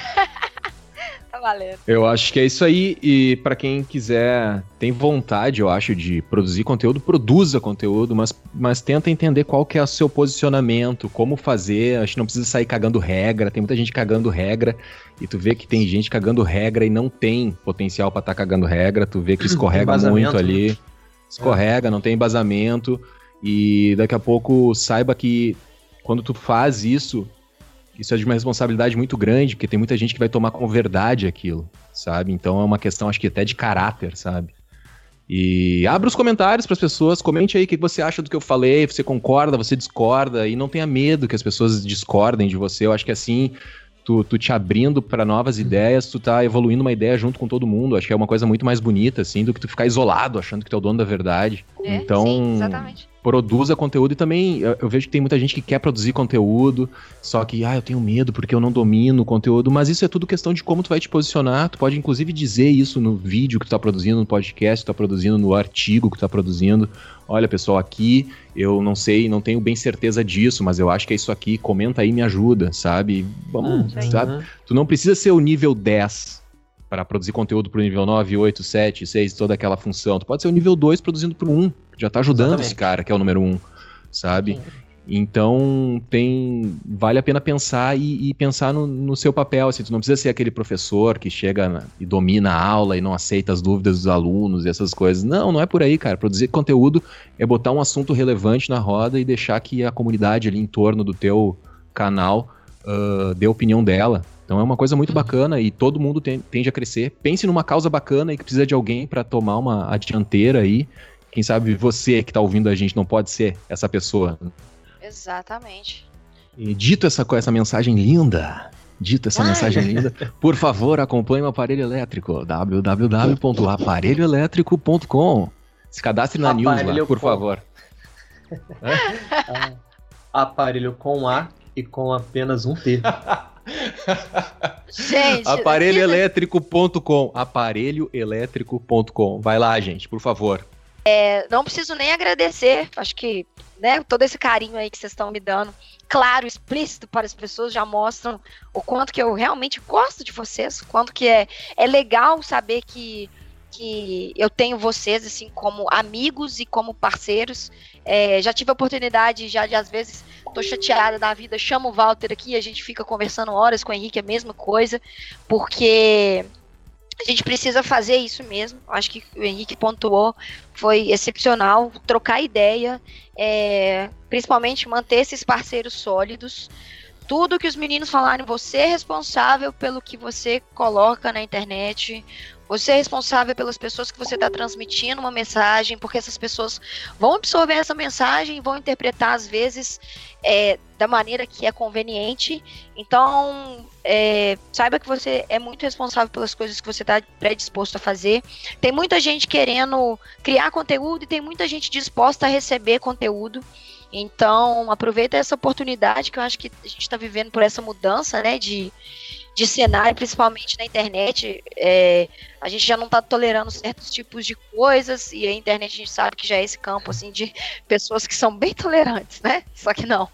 Tá valendo. Eu acho que é isso aí, e para quem quiser, tem vontade, eu acho, de produzir conteúdo, produza conteúdo, mas tenta entender qual que é o seu posicionamento, como fazer, acho que não precisa sair cagando regra, tem muita gente cagando regra, e tu vê que tem gente cagando regra e não tem potencial pra estar cagando regra, tu vê que escorrega muito ali, escorrega, não tem embasamento, e daqui a pouco saiba que quando tu faz isso é de uma responsabilidade muito grande, porque tem muita gente que vai tomar como verdade aquilo, sabe? Então é uma questão, acho que até de caráter, sabe? E abra os comentários para as pessoas, comente aí o que você acha do que eu falei, você concorda, você discorda, e não tenha medo que as pessoas discordem de você. Eu acho que assim, tu te abrindo para novas ideias, tu tá evoluindo uma ideia junto com todo mundo. Acho que é uma coisa muito mais bonita, assim, do que tu ficar isolado, achando que tu é o dono da verdade. Então, sim, exatamente. Produza conteúdo. E também eu vejo que tem muita gente que quer produzir conteúdo, só que, eu tenho medo porque eu não domino o conteúdo, mas isso é tudo questão de como tu vai te posicionar. Tu pode inclusive dizer isso no vídeo que tu tá produzindo, no podcast que tu tá produzindo, no artigo que tu tá produzindo. Olha, pessoal, aqui eu não sei, não tenho bem certeza disso, mas eu acho que é isso aqui, comenta aí, me ajuda, sabe? Vamos, sabe? Tu não precisa ser o nível 10 para produzir conteúdo pro nível 9, 8, 7, 6, toda aquela função. Tu pode ser o nível 2 produzindo pro 1, que já tá ajudando esse cara, que é o número 1, sabe? Sim. Então, vale a pena pensar e pensar no seu papel, assim, tu não precisa ser aquele professor que chega e domina a aula e não aceita as dúvidas dos alunos e essas coisas. Não é por aí, cara. Produzir conteúdo é botar um assunto relevante na roda e deixar que a comunidade ali em torno do teu canal dê a opinião dela. Então é uma coisa muito bacana e todo mundo tende a crescer. Pense numa causa bacana e que precisa de alguém para tomar a dianteira aí. Quem sabe você que tá ouvindo a gente não pode ser essa pessoa. Exatamente. E dito essa mensagem linda, por favor, acompanhe o Aparelho Elétrico, www.aparelhoelétrico.com. Se cadastre na news lá, por favor. Aparelho com A e com apenas um T. Gente, Aparelhoelétrico.com. Aparelhoelétrico.com. Vai lá, gente, por favor. não preciso nem agradecer, acho que, né, todo esse carinho aí que vocês estão me dando, claro, explícito para as pessoas, já mostram o quanto que eu realmente gosto de vocês, o quanto que é legal saber que eu tenho vocês, assim, como amigos e como parceiros. Já tive a oportunidade, de às vezes, tô chateada da vida, chamo o Walter aqui e a gente fica conversando horas com o Henrique, a mesma coisa, porque a gente precisa fazer isso mesmo. Acho que o Henrique pontuou, foi excepcional, trocar ideia, principalmente manter esses parceiros sólidos. Tudo que os meninos falaram, você é responsável pelo que você coloca na internet, você é responsável pelas pessoas que você está transmitindo uma mensagem, porque essas pessoas vão absorver essa mensagem e vão interpretar, às vezes, da maneira que é conveniente. Então, saiba que você é muito responsável pelas coisas que você está predisposto a fazer. Tem muita gente querendo criar conteúdo e tem muita gente disposta a receber conteúdo. Então, aproveita essa oportunidade, que eu acho que a gente está vivendo por essa mudança, né, de cenário, principalmente na internet. A gente já não está tolerando certos tipos de coisas, e a internet a gente sabe que já é esse campo, assim, de pessoas que são bem tolerantes, né? Só que não.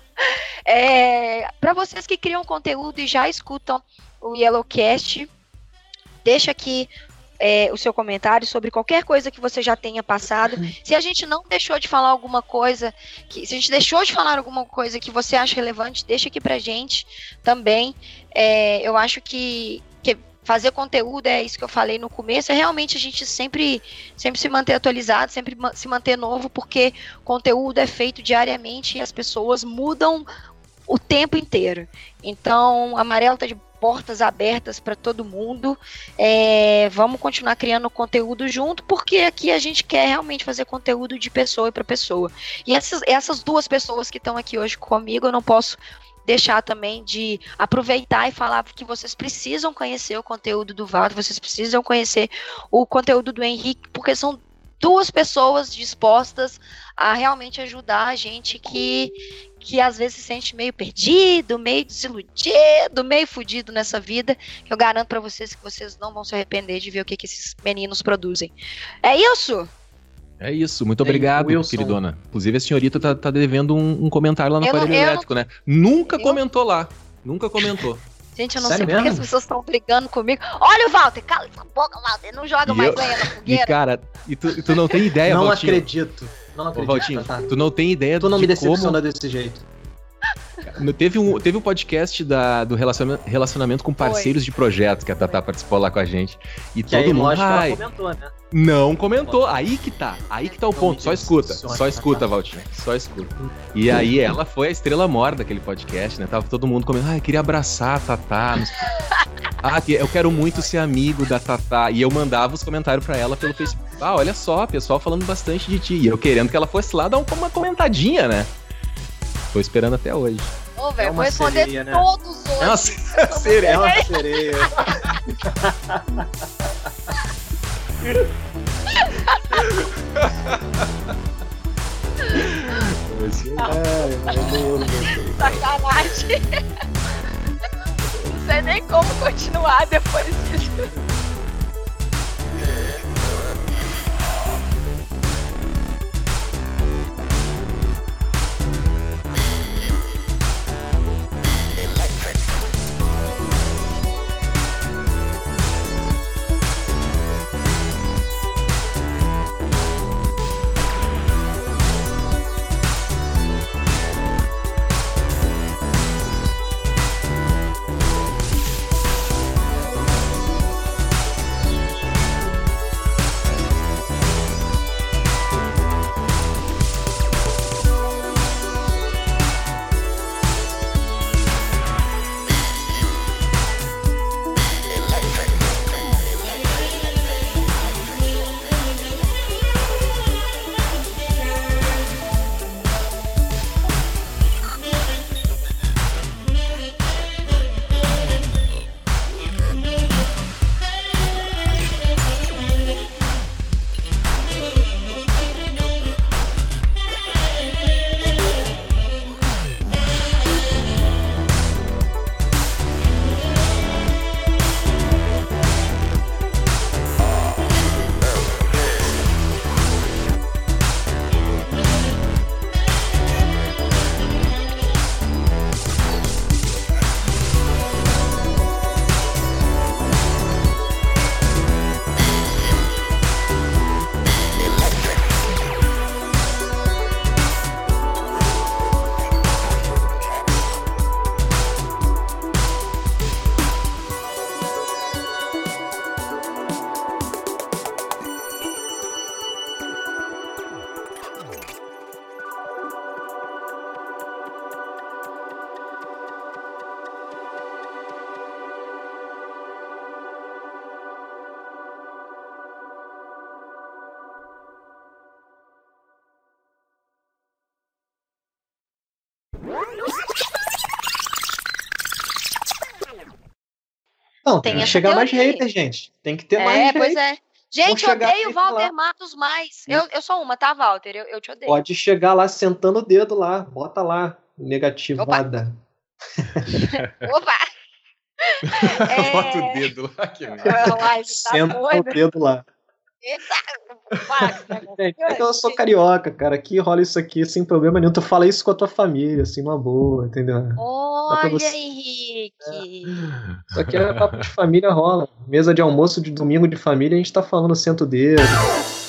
Para vocês que criam conteúdo e já escutam o Yellowcast, deixa aqui o seu comentário sobre qualquer coisa que você já tenha passado. Se a gente não deixou de falar alguma coisa, se a gente deixou de falar alguma coisa que você acha relevante, deixa aqui pra gente também. Eu acho que fazer conteúdo é isso que eu falei no começo, é realmente a gente sempre se manter atualizado, sempre se manter novo, porque conteúdo é feito diariamente e as pessoas mudam o tempo inteiro. Então, a Amarelo tá de portas abertas para todo mundo. Vamos continuar criando conteúdo junto, porque aqui a gente quer realmente fazer conteúdo de pessoa para pessoa. E essas duas pessoas que estão aqui hoje comigo, eu não posso deixar também de aproveitar e falar que vocês precisam conhecer o conteúdo do Walter, vocês precisam conhecer o conteúdo do Henrique, porque são duas pessoas dispostas a realmente ajudar a gente que às vezes se sente meio perdido, meio desiludido, meio fudido nessa vida, que eu garanto pra vocês que vocês não vão se arrepender de ver o que esses meninos produzem. É isso? É isso, muito obrigado, queridona. Inclusive a senhorita tá devendo um comentário lá no Aparelho Elétrico, né? Nunca comentou lá, nunca comentou. Gente, eu não sei porque as pessoas estão brigando comigo. Olha o Walter, cala essa boca, Walter, não joga mais lenha na fogueira. E cara, tu não tem ideia, Não Valtinho. acredito. Não acredito, Valtinho, tu não tem ideia Tu não me decepciona como... desse jeito. Teve um podcast do relacionamento com parceiros de projetos, que a Tatá participou lá com a gente. E que todo aí, mundo... lógico, ela comentou, né? Não comentou, aí que tá o ponto, só escuta, Valtinho, só escuta. E aí ela foi a estrela mor daquele podcast, né, tava todo mundo comendo, eu queria abraçar a Tatá, eu quero muito ser amigo da Tatá, e eu mandava os comentários pra ela pelo Facebook, olha só, pessoal falando bastante de ti, e eu querendo que ela fosse lá dar uma comentadinha, né, tô esperando até hoje. Ô, velho, vou responder sereia, né? Todos hoje. É uma sereia. É uma sereia. Sacanagem. Não sei nem como continuar depois disso. Não, Tem tem que essa chegar mais teoria. hater, gente. Tem que ter mais Pois gente. é. Gente, eu chegar odeio o sempre lá. Walter Matos mais. Eu sou uma, tá, Walter? Eu te odeio. Pode chegar lá sentando o dedo lá. Bota lá, negativada. Opa! Bota o dedo lá, que merda. Tá Senta o doido. dedo lá. Eita, para com esse negócio. Gente, é que eu sou carioca, cara. Aqui rola isso aqui sem problema nenhum. Tu fala isso com a tua família, assim, numa boa, entendeu? Olha, você- Henrique. Isso aqui é papo de família, rola. Mesa de almoço de domingo de família, a gente tá falando senta o dedo.